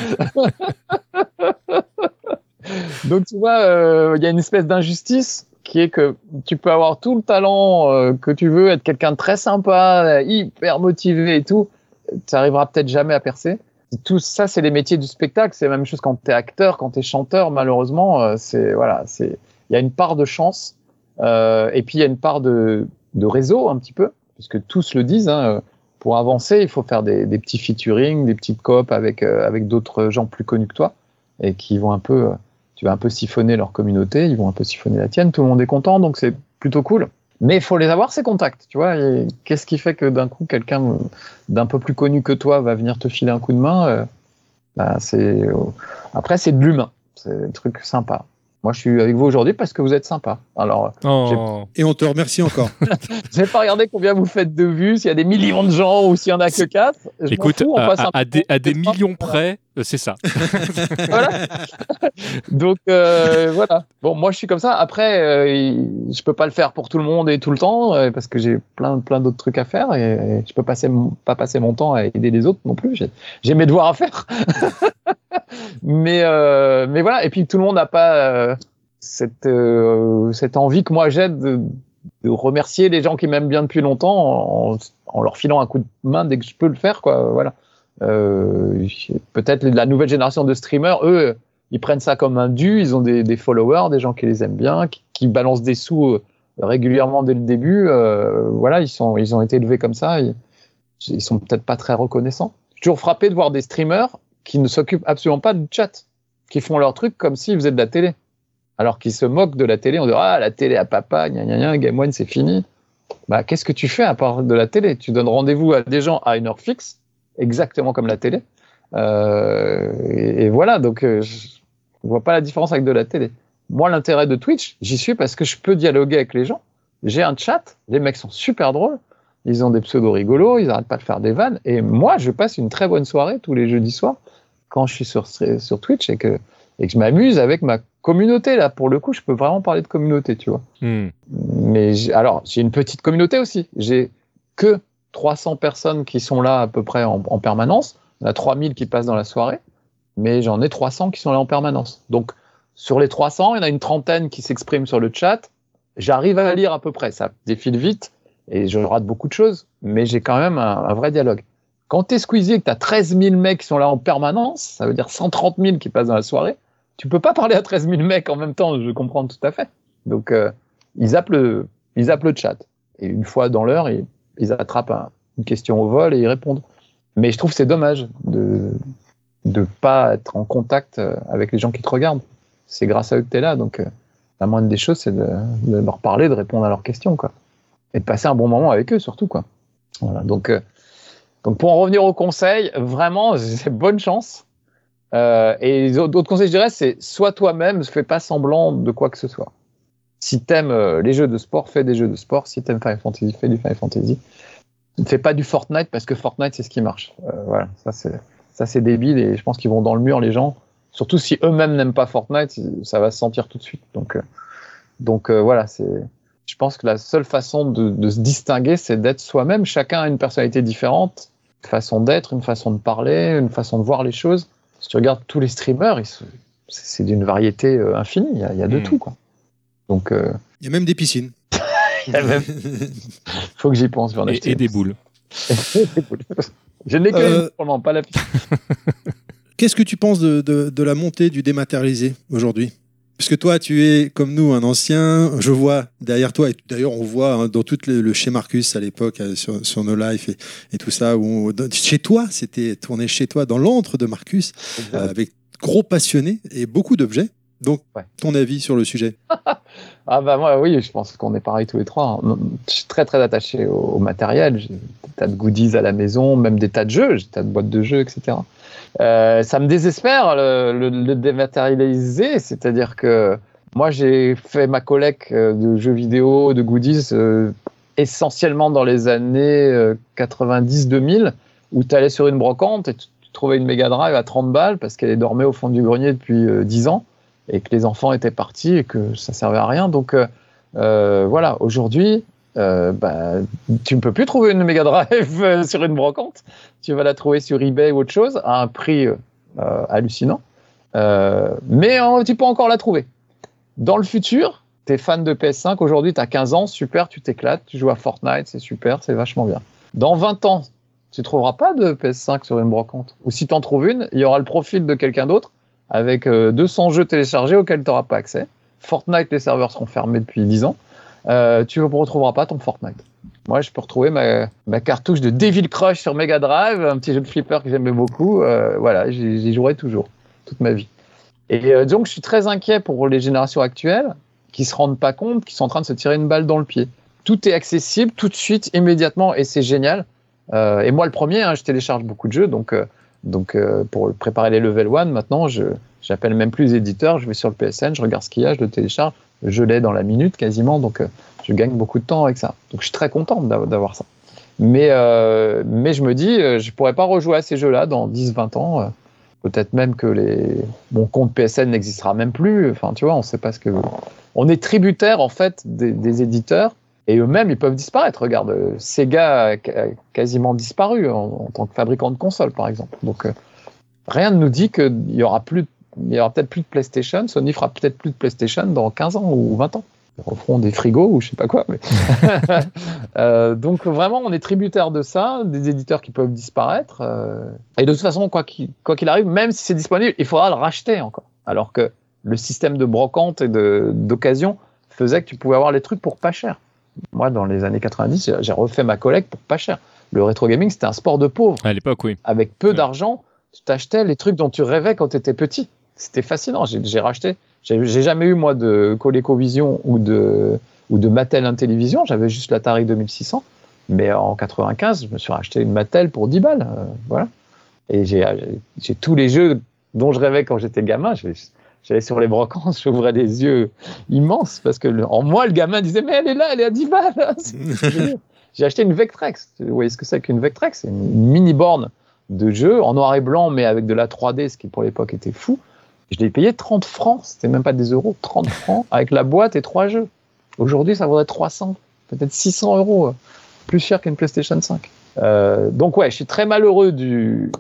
Donc tu vois, il y a une espèce d'injustice qui est que tu peux avoir tout le talent que tu veux, être quelqu'un de très sympa, hyper motivé et tout, tu n'arriveras peut-être jamais à percer. Tout ça, c'est les métiers du spectacle. C'est la même chose quand tu es acteur, quand tu es chanteur. Malheureusement, il y a une part de chance et puis il y a une part de réseau un petit peu, puisque tous le disent. Hein, pour avancer, il faut faire des petits featuring, des petites coop avec d'autres gens plus connus que toi et qui vont tu vas un peu siphonner leur communauté, ils vont un peu siphonner la tienne. Tout le monde est content, donc c'est plutôt cool. Mais il faut les avoir, ces contacts, tu vois. Et qu'est-ce qui fait que d'un coup, quelqu'un d'un peu plus connu que toi va venir te filer un coup de main Après, c'est de l'humain. C'est un truc sympa. Moi, je suis avec vous aujourd'hui parce que vous êtes sympa. Alors, Et on te remercie encore. Je n'ai pas regardé combien vous faites de vues, s'il y a des millions de gens ou s'il y en a que 4. Écoute, à des millions près, c'est ça. Voilà. Donc, voilà. Bon, moi, je suis comme ça. Après, je peux pas le faire pour tout le monde et tout le temps parce que j'ai plein d'autres trucs à faire et je peux pas passer mon temps à aider les autres non plus. J'ai mes devoirs à faire. Mais voilà. Et puis, tout le monde n'a pas cette envie que moi j'ai de remercier les gens qui m'aiment bien depuis longtemps en leur filant un coup de main dès que je peux le faire, quoi. Voilà. Peut-être la nouvelle génération de streamers, eux, ils prennent ça comme un dû, ils ont des followers, des gens qui les aiment bien, qui balancent des sous régulièrement dès le début. Voilà, ils ont été élevés comme ça, ils sont peut-être pas très reconnaissants. Je suis toujours frappé de voir des streamers qui ne s'occupent absolument pas du chat, qui font leur truc comme s'ils faisaient de la télé, alors qu'ils se moquent de la télé. On dit la télé à papa, gna gna gna, Game One c'est fini. Bah qu'est-ce que tu fais à part de la télé? Tu donnes rendez-vous à des gens à une heure fixe, exactement comme la télé. Et voilà, donc je vois pas la différence avec de la télé. Moi, l'intérêt de Twitch, j'y suis parce que je peux dialoguer avec les gens. J'ai un chat, les mecs sont super drôles, ils ont des pseudos rigolos, ils arrêtent pas de faire des vannes. Et moi, je passe une très bonne soirée tous les jeudis soirs quand je suis sur Twitch et que je m'amuse avec ma communauté. Là, pour le coup, je peux vraiment parler de communauté, tu vois. Mais j'ai une petite communauté aussi. J'ai que 300 personnes qui sont là à peu près en permanence. Il y en a 3000 qui passent dans la soirée, mais j'en ai 300 qui sont là en permanence. Donc, sur les 300, il y en a une trentaine qui s'expriment sur le chat. J'arrive à lire à peu près. Ça défile vite et je rate beaucoup de choses, mais j'ai quand même un vrai dialogue. Quand t'es Squeezie et que t'as 13 000 mecs qui sont là en permanence, ça veut dire 130 000 qui passent dans la soirée, tu peux pas parler à 13 000 mecs en même temps, je comprends tout à fait. Donc, ils zappent le chat. Et une fois dans l'heure, ils attrapent une question au vol et ils répondent. Mais je trouve que c'est dommage de pas être en contact avec les gens qui te regardent. C'est grâce à eux que t'es là, donc la moindre des choses, c'est de leur parler, de répondre à leurs questions, quoi. Et de passer un bon moment avec eux, surtout, quoi. Voilà, donc pour en revenir au conseil, vraiment, c'est bonne chance. Et d'autres conseils, je dirais, c'est sois toi-même, fais pas semblant de quoi que ce soit. Si t'aimes les jeux de sport, fais des jeux de sport. Si t'aimes Final Fantasy, fais du Final Fantasy. Ne fais pas du Fortnite parce que Fortnite, c'est ce qui marche. Voilà, ça c'est débile et je pense qu'ils vont dans le mur, les gens. Surtout si eux-mêmes n'aiment pas Fortnite, ça va se sentir tout de suite. Donc voilà, je pense que la seule façon de se distinguer, c'est d'être soi-même. Chacun a une personnalité différente, une façon d'être, une façon de parler, une façon de voir les choses. Si tu regardes tous les streamers, c'est d'une variété infinie. Il y a de tout, quoi. Donc, il y a même des piscines. Faut que j'y pense. Et des boules. Je n'ai que pendant pas la piscine. Qu'est-ce que tu penses de la montée du dématérialisé aujourd'hui? Parce que toi, tu es comme nous un ancien. Je vois derrière toi, et d'ailleurs on voit dans tout le chez Marcus à l'époque sur nos lives et tout ça, chez toi, c'était tourné chez toi dans l'antre de Marcus, avec gros passionnés et beaucoup d'objets. Donc, ton avis sur le sujet? Ah bah moi, oui, je pense qu'on est pareil tous les trois. Je suis très très attaché au matériel. J'ai des tas de goodies à la maison, même des tas de jeux, j'ai des tas de boîtes de jeux, etc. Ça me désespère le dématérialiser, c'est-à-dire que moi j'ai fait ma collecte de jeux vidéo, de goodies essentiellement dans les années 90-2000, où tu allais sur une brocante et Tu trouvais une Mega Drive à 30 balles parce qu'elle dormait au fond du grenier depuis 10 ans et que les enfants étaient partis et que ça servait à rien. Donc voilà, aujourd'hui, tu ne peux plus trouver une Mega Drive sur une brocante. Tu vas la trouver sur eBay ou autre chose à un prix hallucinant. Mais tu peux encore la trouver. Dans le futur, tu es fan de PS5, aujourd'hui tu as 15 ans, super, tu t'éclates, tu joues à Fortnite, c'est super, c'est vachement bien. Dans 20 ans, tu ne trouveras pas de PS5 sur une brocante. Ou si tu en trouves une, il y aura le profil de quelqu'un d'autre avec 200 jeux téléchargés auxquels tu n'auras pas accès. Fortnite, les serveurs seront fermés depuis 10 ans. Tu ne retrouveras pas ton Fortnite. Moi, je peux retrouver ma cartouche de Devil Crush sur Mega Drive, un petit jeu de flipper que j'aimais beaucoup. Voilà, j'y jouerai toujours, toute ma vie. Et donc, je suis très inquiet pour les générations actuelles qui ne se rendent pas compte qu'ils sont en train de se tirer une balle dans le pied. Tout est accessible tout de suite, immédiatement, et c'est génial. Et moi, le premier, je télécharge beaucoup de jeux, donc pour préparer les level 1, maintenant, j'appelle même plus les éditeurs, je vais sur le PSN, je regarde ce qu'il y a, je le télécharge, je l'ai dans la minute quasiment, donc je gagne beaucoup de temps avec ça. Donc je suis très content d'avoir ça. Mais je me dis, je pourrais pas rejouer à ces jeux-là dans 10-20 ans. Peut-être même que mon compte PSN n'existera même plus. Enfin, tu vois, on sait pas ce que... On est tributaire, en fait, des éditeurs, et eux-mêmes, ils peuvent disparaître. Regarde, Sega a quasiment disparu en tant que fabricant de consoles, par exemple. Donc, rien ne nous dit qu'il y aura peut-être plus de PlayStation. Sony fera peut-être plus de PlayStation dans 15 ans ou 20 ans. Ils referont des frigos ou je sais pas quoi. Mais donc, vraiment, on est tributaire de ça, des éditeurs qui peuvent disparaître. Et de toute façon, quoi qu'il arrive, même si c'est disponible, il faudra le racheter encore. Alors que le système de brocante et d'occasion faisait que tu pouvais avoir les trucs pour pas cher. Moi, dans les années 90, j'ai refait ma collecte pour pas cher. Le rétro gaming, c'était un sport de pauvre. À l'époque, oui. Avec peu d'argent, tu t'achetais les trucs dont tu rêvais quand tu étais petit. C'était fascinant. J'ai racheté. J'ai jamais eu, moi, de ColecoVision ou de Mattel Intellivision. J'avais juste l'Atari 2600. Mais en 95, je me suis racheté une Mattel pour 10 balles. Voilà. Et j'ai tous les jeux dont je rêvais quand j'étais gamin. J'allais sur les brocantes, j'ouvrais des yeux immenses parce que en moi, le gamin disait « Mais elle est là, elle est à 10 balles !» J'ai acheté une Vectrex. Vous voyez ce que c'est qu'une Vectrex ? C'est une mini-borne de jeu en noir et blanc, mais avec de la 3D, ce qui pour l'époque était fou. Je l'ai payé 30 francs, c'était même pas des euros, 30 francs, avec la boîte et 3 jeux. Aujourd'hui, ça vaudrait 300, peut-être 600 euros, plus cher qu'une PlayStation 5. Donc ouais, je suis très malheureux de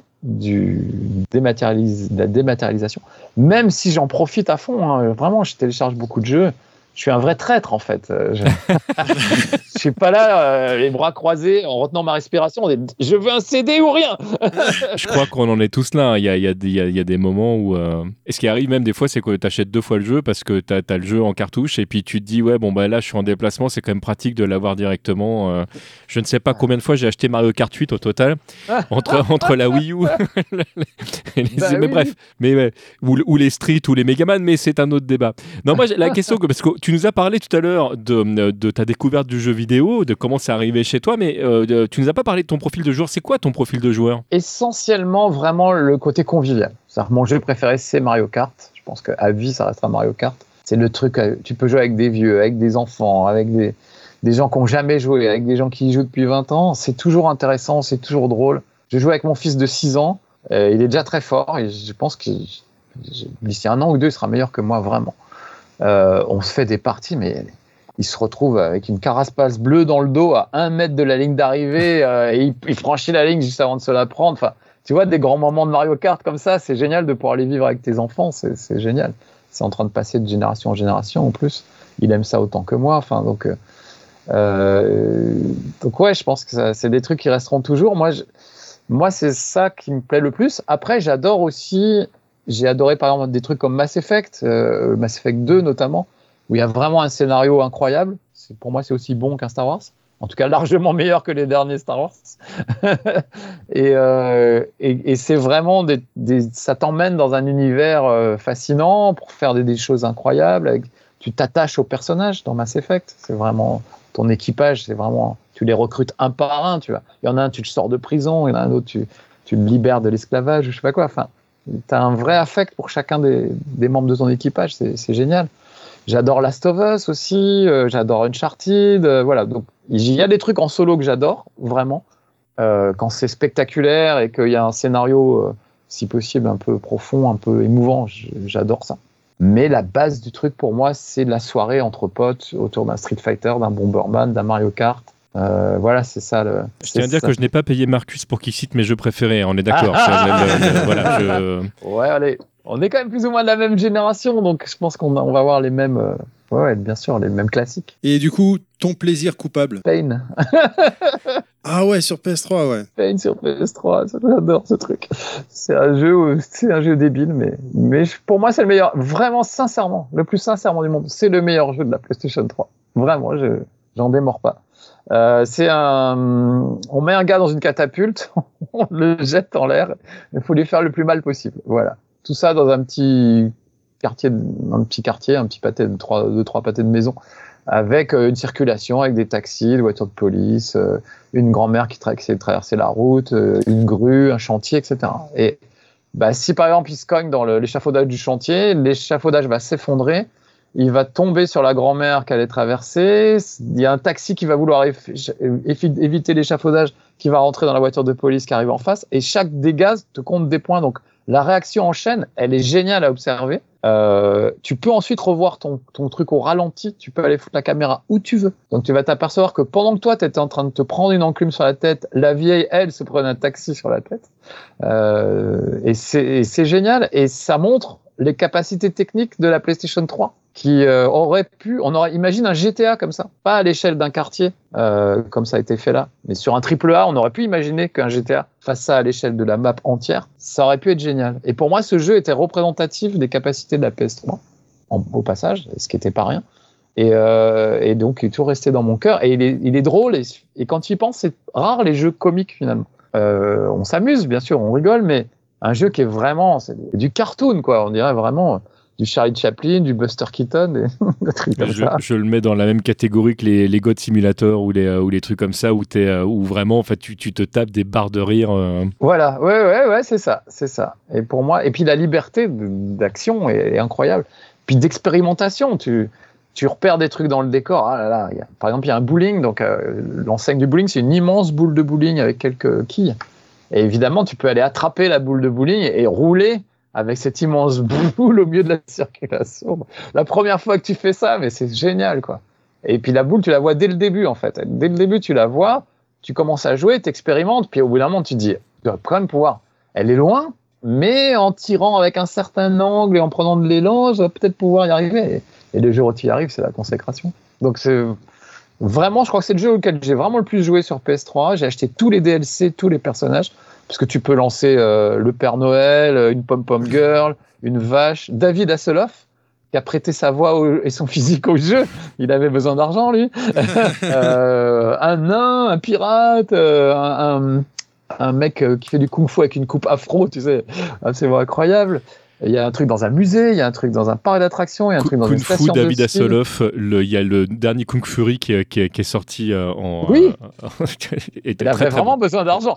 la dématérialisation, même si j'en profite à fond. Vraiment, je télécharge beaucoup de jeux. Je suis un vrai traître, en fait. Je suis pas là, les bras croisés, en retenant ma respiration. Je veux un CD ou rien. Je crois qu'on en est tous là. Il y a des moments où... Et ce qui arrive même des fois, c'est que tu achètes 2 fois le jeu parce que tu as le jeu en cartouche et puis tu te dis, ouais, bon, bah là, je suis en déplacement, c'est quand même pratique de l'avoir directement. Je ne sais pas combien de fois j'ai acheté Mario Kart 8 au total, entre la Wii U mais bref, ou les Street ou les Megaman, mais c'est un autre débat. Non, moi, la question, parce que tu nous as parlé tout à l'heure de ta découverte du jeu vidéo, de comment c'est arrivé chez toi, mais tu nous as pas parlé de ton profil de joueur. C'est quoi ton profil de joueur ? Essentiellement, vraiment le côté convivial. C'est-à-dire, mon jeu préféré, c'est Mario Kart. Je pense qu'à vie, ça restera Mario Kart. C'est le truc, tu peux jouer avec des vieux, avec des enfants, avec des gens qui n'ont jamais joué, avec des gens qui y jouent depuis 20 ans. C'est toujours intéressant, c'est toujours drôle. Je joue avec mon fils de 6 ans. Il est déjà très fort et je pense que d'ici 1 an ou 2, il sera meilleur que moi, vraiment. On se fait des parties, mais il se retrouve avec une carapace bleue dans le dos à 1 mètre de la ligne d'arrivée et il franchit la ligne juste avant de se la prendre. Enfin, tu vois, des grands moments de Mario Kart comme ça, c'est génial de pouvoir les vivre avec tes enfants, c'est génial. C'est en train de passer de génération en génération en plus. Il aime ça autant que moi. Enfin, donc ouais, je pense que c'est des trucs qui resteront toujours. Moi, c'est ça qui me plaît le plus. Après, j'ai adoré par exemple des trucs comme Mass Effect 2 notamment, où il y a vraiment un scénario incroyable. Pour moi, c'est aussi bon qu'un Star Wars. En tout cas, largement meilleur que les derniers Star Wars. et c'est vraiment ça t'emmène dans un univers fascinant pour faire des choses incroyables. Tu t'attaches aux personnages dans Mass Effect. C'est vraiment ton équipage. C'est vraiment, tu les recrutes un par un. Tu vois, il y en a un, tu le sors de prison. Il y en a un autre, tu le libères de l'esclavage. Je sais pas quoi. Enfin, t'as un vrai affect pour chacun des membres de ton équipage. C'est génial. J'adore Last of Us aussi, j'adore Uncharted, voilà. Donc il y a des trucs en solo que j'adore vraiment. quand c'est spectaculaire et qu'il y a un scénario, si possible, un peu profond, un peu émouvant, j'adore ça. Mais la base du truc pour moi, c'est la soirée entre potes autour d'un Street Fighter, d'un Bomberman, d'un Mario Kart. Voilà, c'est ça. Je tiens à dire que je n'ai pas payé Marcus pour qu'il cite mes jeux préférés, on est d'accord. Ouais, allez, on est quand même plus ou moins de la même génération, donc je pense qu'on va avoir les mêmes, bien sûr, les mêmes classiques. Et du coup, ton plaisir coupable? Pain. Ah ouais, sur PS3, ouais. Pain sur PS3, j'adore ce truc. C'est un jeu débile, mais pour moi, c'est le meilleur. Vraiment, sincèrement, le plus sincèrement du monde, c'est le meilleur jeu de la PlayStation 3. Vraiment, j'en démords pas. On met un gars dans une catapulte, on le jette en l'air, il faut lui faire le plus mal possible. Voilà. Tout ça dans un petit quartier, un petit pâté de 2-3 pâtés de maison, avec une circulation, avec des taxis, des voitures de police, une grand-mère qui essaie de traverser la route, une grue, un chantier, etc. Et si par exemple il se cogne dans l'échafaudage du chantier, l'échafaudage va s'effondrer, il va tomber sur la grand-mère qu'elle allait traverser, il y a un taxi qui va vouloir éviter l'échafaudage, qui va rentrer dans la voiture de police qui arrive en face, et chaque dégât te compte des points. Donc la réaction en chaîne, elle est géniale à observer. Tu peux ensuite revoir ton truc au ralenti, tu peux aller foutre la caméra où tu veux. Donc tu vas t'apercevoir que pendant que toi tu étais en train de te prendre une enclume sur la tête, la vieille, elle, se prenait un taxi sur la tête. Et c'est génial, et ça montre les capacités techniques de la PlayStation 3 qui imagine un GTA comme ça, pas à l'échelle d'un quartier comme ça a été fait là, mais sur un AAA, on aurait pu imaginer qu'un GTA fasse ça à l'échelle de la map entière, ça aurait pu être génial. Et pour moi, ce jeu était représentatif des capacités de la PS3 au passage, ce qui était pas rien. Et donc il est toujours resté dans mon cœur, et il est drôle, et quand tu y penses, c'est rare les jeux comiques finalement. On s'amuse bien sûr, on rigole, mais un jeu qui est vraiment, c'est du cartoon quoi, on dirait vraiment du Charlie Chaplin, du Buster Keaton, des trucs comme ça. Je le mets dans la même catégorie que les God Simulator ou les trucs comme ça où vraiment en fait tu te tapes des barres de rire. Voilà, ouais, c'est ça. Et pour moi, et puis la liberté d'action est incroyable, puis d'expérimentation. Tu repères des trucs dans le décor. Ah là là, par exemple, il y a un bowling, donc l'enseigne du bowling, c'est une immense boule de bowling avec quelques quilles. Et évidemment, tu peux aller attraper la boule de bowling et rouler avec cette immense boule au milieu de la circulation. La première fois que tu fais ça, mais c'est génial, quoi. Et puis la boule, tu la vois dès le début, en fait. Dès le début, tu la vois, tu commences à jouer, t'expérimentes, puis au bout d'un moment, tu te dis, tu dois quand même pouvoir. Elle est loin, mais en tirant avec un certain angle et en prenant de l'élan, je vais peut-être pouvoir y arriver. Et le jour où tu y arrives, c'est la consécration. Donc c'est vraiment, je crois que c'est le jeu auquel j'ai vraiment le plus joué sur PS3. J'ai acheté tous les DLC, tous les personnages, parce que tu peux lancer le Père Noël, une Pom-Pom Girl, une vache, David Hasselhoff, qui a prêté sa voix et son physique au jeu. Il avait besoin d'argent, lui. Un nain, un pirate, un mec qui fait du kung-fu avec une coupe afro, tu sais. C'est vraiment incroyable. Il y a un truc dans un musée, il y a un truc dans un parc d'attractions, il y a un truc dans une station de ski. David Hasselhoff, il y a le dernier Kung Fury qui est sorti en... Oui, il avait vraiment besoin d'argent.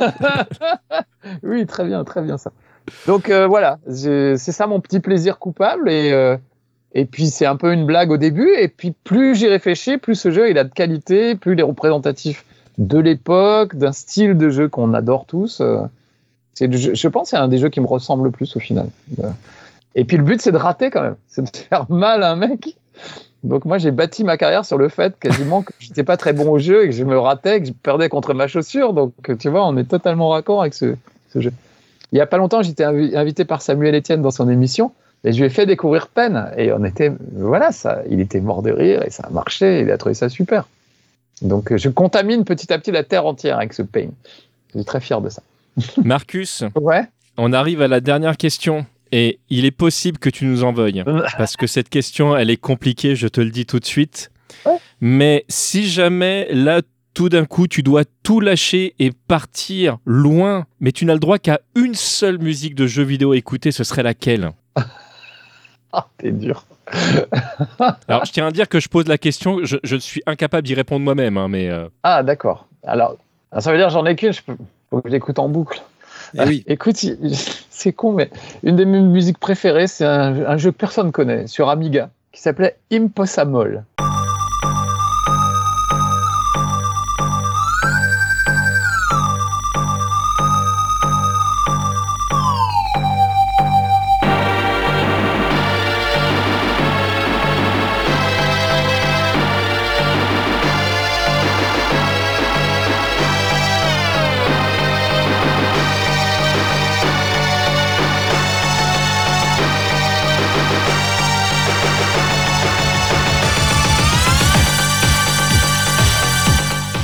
Oui, très bien ça. Donc voilà, c'est ça mon petit plaisir coupable, et puis c'est un peu une blague au début, et puis plus j'y réfléchis, plus ce jeu il a de qualité, plus il est représentatif de l'époque, d'un style de jeu qu'on adore tous. Je pense que c'est un des jeux qui me ressemble le plus au final. Et puis le but, c'est de rater quand même. C'est de faire mal à un mec. Donc moi, j'ai bâti ma carrière sur le fait quasiment que j'étais pas très bon au jeu et que je me ratais, que je perdais contre ma chaussure. Donc tu vois, on est totalement raccord avec ce jeu. Il y a pas longtemps, j'étais invité par Samuel Etienne dans son émission et je lui ai fait découvrir Pain. Et il était mort de rire et ça a marché. Il a trouvé ça super. Donc je contamine petit à petit la terre entière avec ce Pain. Je suis très fier de ça. Marcus, ouais. On arrive à la dernière question et il est possible que tu nous en veuilles parce que cette question, elle est compliquée, je te le dis tout de suite. Ouais. Mais si jamais, là, tout d'un coup, tu dois tout lâcher et partir loin, mais tu n'as le droit qu'à une seule musique de jeu vidéo à écouter, ce serait laquelle ? Ah, t'es dur. Alors, je tiens à dire que je pose la question, je suis incapable d'y répondre moi-même. Hein, mais Ah, d'accord. Alors, ça veut dire j'en ai qu'une, faut que je l'écoute en boucle. Oui. Écoute, c'est con, mais une de mes musiques préférées, c'est un jeu que personne ne connaît, sur Amiga, qui s'appelait Impossible.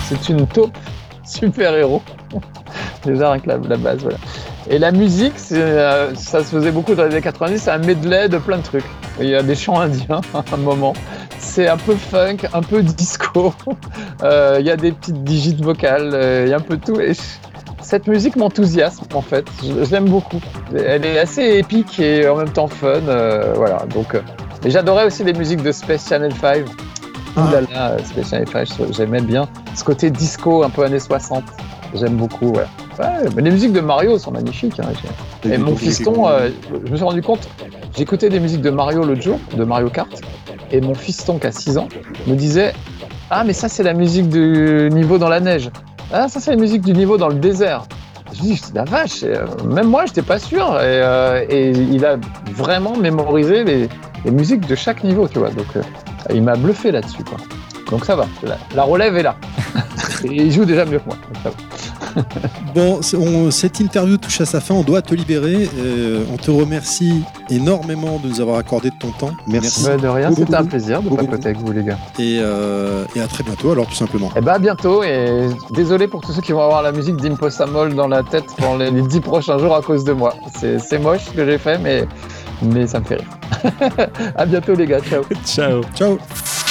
C'est une taupe super-héros. Déjà avec la base, voilà. Et la musique, ça se faisait beaucoup dans les années 90, c'est un medley de plein de trucs. Il y a des chants indiens à un moment. C'est un peu funk, un peu disco. Il y a des petites digits vocales, il y a un peu de tout. Et cette musique m'enthousiasme en fait. Je l'aime beaucoup. Elle est assez épique et en même temps fun. Voilà. Donc, et j'adorais aussi les musiques de Space Channel 5. Oulala, Space Channel 5, j'aimais bien. Ce côté disco, un peu années 60. J'aime beaucoup, ouais. Mais les musiques de Mario sont magnifiques. Hein. Et mon fiston, je me suis rendu compte, j'écoutais des musiques de Mario l'autre jour, de Mario Kart, et mon fiston qui a 6 ans me disait « Ah, mais ça, c'est la musique du niveau dans la neige. Ah, ça, c'est la musique du niveau dans le désert. » Je dis « La vache !» Même moi, j'étais pas sûr. Et il a vraiment mémorisé les musiques de chaque niveau, tu vois. Donc, il m'a bluffé là-dessus, quoi. Donc ça va, la relève est là. Et il joue déjà mieux que moi. Donc ça va. Bon, cette interview touche à sa fin, on doit te libérer. On te remercie énormément de nous avoir accordé de ton temps. Merci. De rien, c'était un plaisir de papoter avec vous les gars. Et à très bientôt alors tout simplement. Et à bientôt et désolé pour tous ceux qui vont avoir la musique d'Impossible dans la tête pendant les 10 prochains jours à cause de moi. C'est moche ce que j'ai fait mais ça me fait rire. À bientôt les gars, ciao. Ciao. Ciao.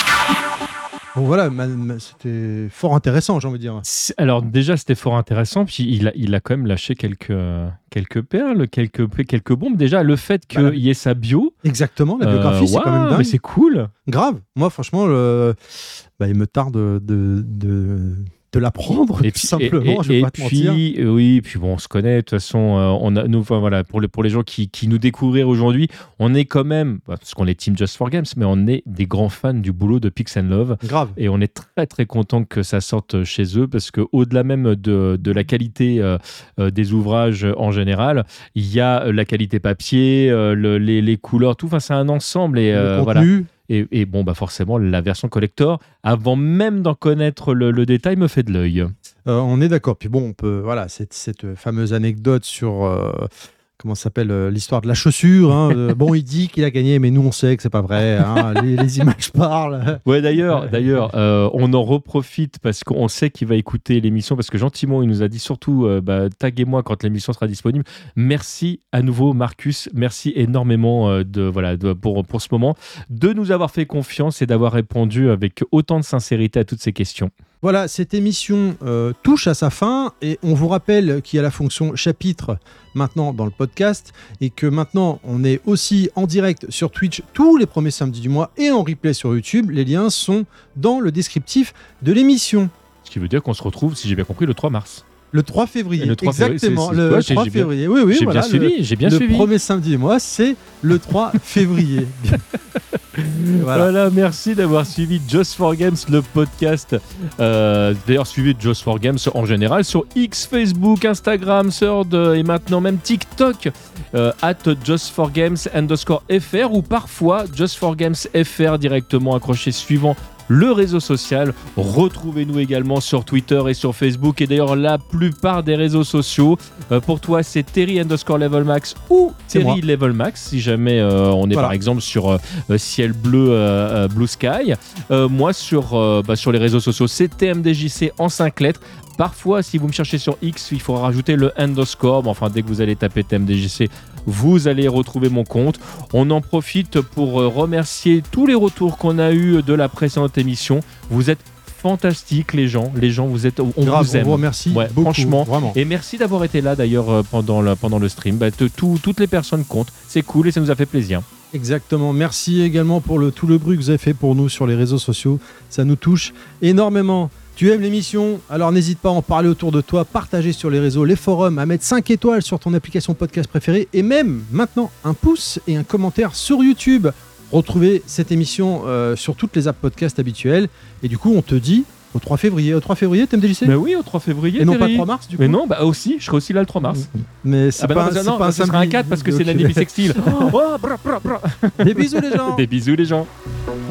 Bon voilà, c'était fort intéressant, j'ai envie de dire. Alors déjà, c'était fort intéressant, puis il a quand même lâché quelques perles, quelques bombes. Déjà, le fait qu'il y ait sa bio. Exactement, la biographie, c'est quand même dingue. Mais c'est cool. Grave. Moi, franchement, il me tarde de l'apprendre, tout simplement, je vais pas te mentir. Oui, puis bon, on se connaît, de toute façon, voilà, pour les gens qui nous découvrirent aujourd'hui, on est quand même, parce qu'on est Team Just for Games, mais on est des grands fans du boulot de Pix & Love. Grave. Et on est très très content que ça sorte chez eux, parce qu'au-delà même de la qualité des ouvrages en général, il y a la qualité papier, les couleurs, tout, enfin c'est un ensemble. Et le contenu. voilà. Et bon, forcément, la version collector, avant même d'en connaître le détail, me fait de l'œil. On est d'accord. Puis bon, on peut, voilà, cette fameuse anecdote sur comment ça s'appelle, l'histoire de la chaussure. Hein, bon, il dit qu'il a gagné, mais nous, on sait que c'est pas vrai. Hein, les images parlent. Ouais, d'ailleurs, on en reprofite parce qu'on sait qu'il va écouter l'émission, parce que gentiment, il nous a dit surtout, taguez-moi quand l'émission sera disponible. Merci à nouveau, Marcus. Merci énormément pour ce moment, de nous avoir fait confiance et d'avoir répondu avec autant de sincérité à toutes ces questions. Voilà, cette émission touche à sa fin et on vous rappelle qu'il y a la fonction chapitre maintenant dans le podcast et que maintenant on est aussi en direct sur Twitch tous les premiers samedis du mois et en replay sur YouTube. Les liens sont dans le descriptif de l'émission. Ce qui veut dire qu'on se retrouve, si j'ai bien compris, le 3 mars. Le 3 février, exactement. Le 3 février. Oui, j'ai voilà, bien suivi. Le premier samedi du mois, c'est le 3 février. Voilà, merci d'avoir suivi Just for Games, le podcast. D'ailleurs, suivez Just for Games en général sur X, Facebook, Instagram, Third et maintenant même TikTok, @JustForGames_FR ou parfois Just for Games FR directement accroché suivant le réseau social. Retrouvez-nous également sur Twitter et sur Facebook. Et d'ailleurs, la plupart des réseaux sociaux, pour toi, c'est Terry_Levelmax ou Terry Levelmax, si jamais on est par exemple sur Ciel Bleu, Blue Sky. Moi, sur les réseaux sociaux, c'est TMDJC en 5 lettres. Parfois, si vous me cherchez sur X, il faudra rajouter le _. Enfin, dès que vous allez taper TMDJC, vous allez retrouver mon compte. On en profite pour remercier tous les retours qu'on a eu de la précédente émission. Vous êtes fantastiques, les gens. Vous êtes, on vous aime. On vous remercie beaucoup, franchement. Vraiment. Et merci d'avoir été là d'ailleurs pendant le stream. Toutes les personnes comptent. C'est cool et ça nous a fait plaisir. Exactement. Merci également pour tout le bruit que vous avez fait pour nous sur les réseaux sociaux. Ça nous touche énormément. Tu aimes l'émission? Alors n'hésite pas à en parler autour de toi, partager sur les réseaux, les forums, à mettre 5 étoiles sur ton application podcast préférée et même maintenant un pouce et un commentaire sur YouTube. Retrouvez cette émission sur toutes les apps podcast habituelles. Et du coup, on te dit au 3 février. Au 3 février, TMDJC? Mais oui, au 3 février. Et non pas le 3 mars, du coup? Mais non, aussi, je serai aussi là le 3 mars. Mais c'est pas un ce sera un 4 parce que c'est l'année bissextile. Des bisous les gens. Des bisous les gens.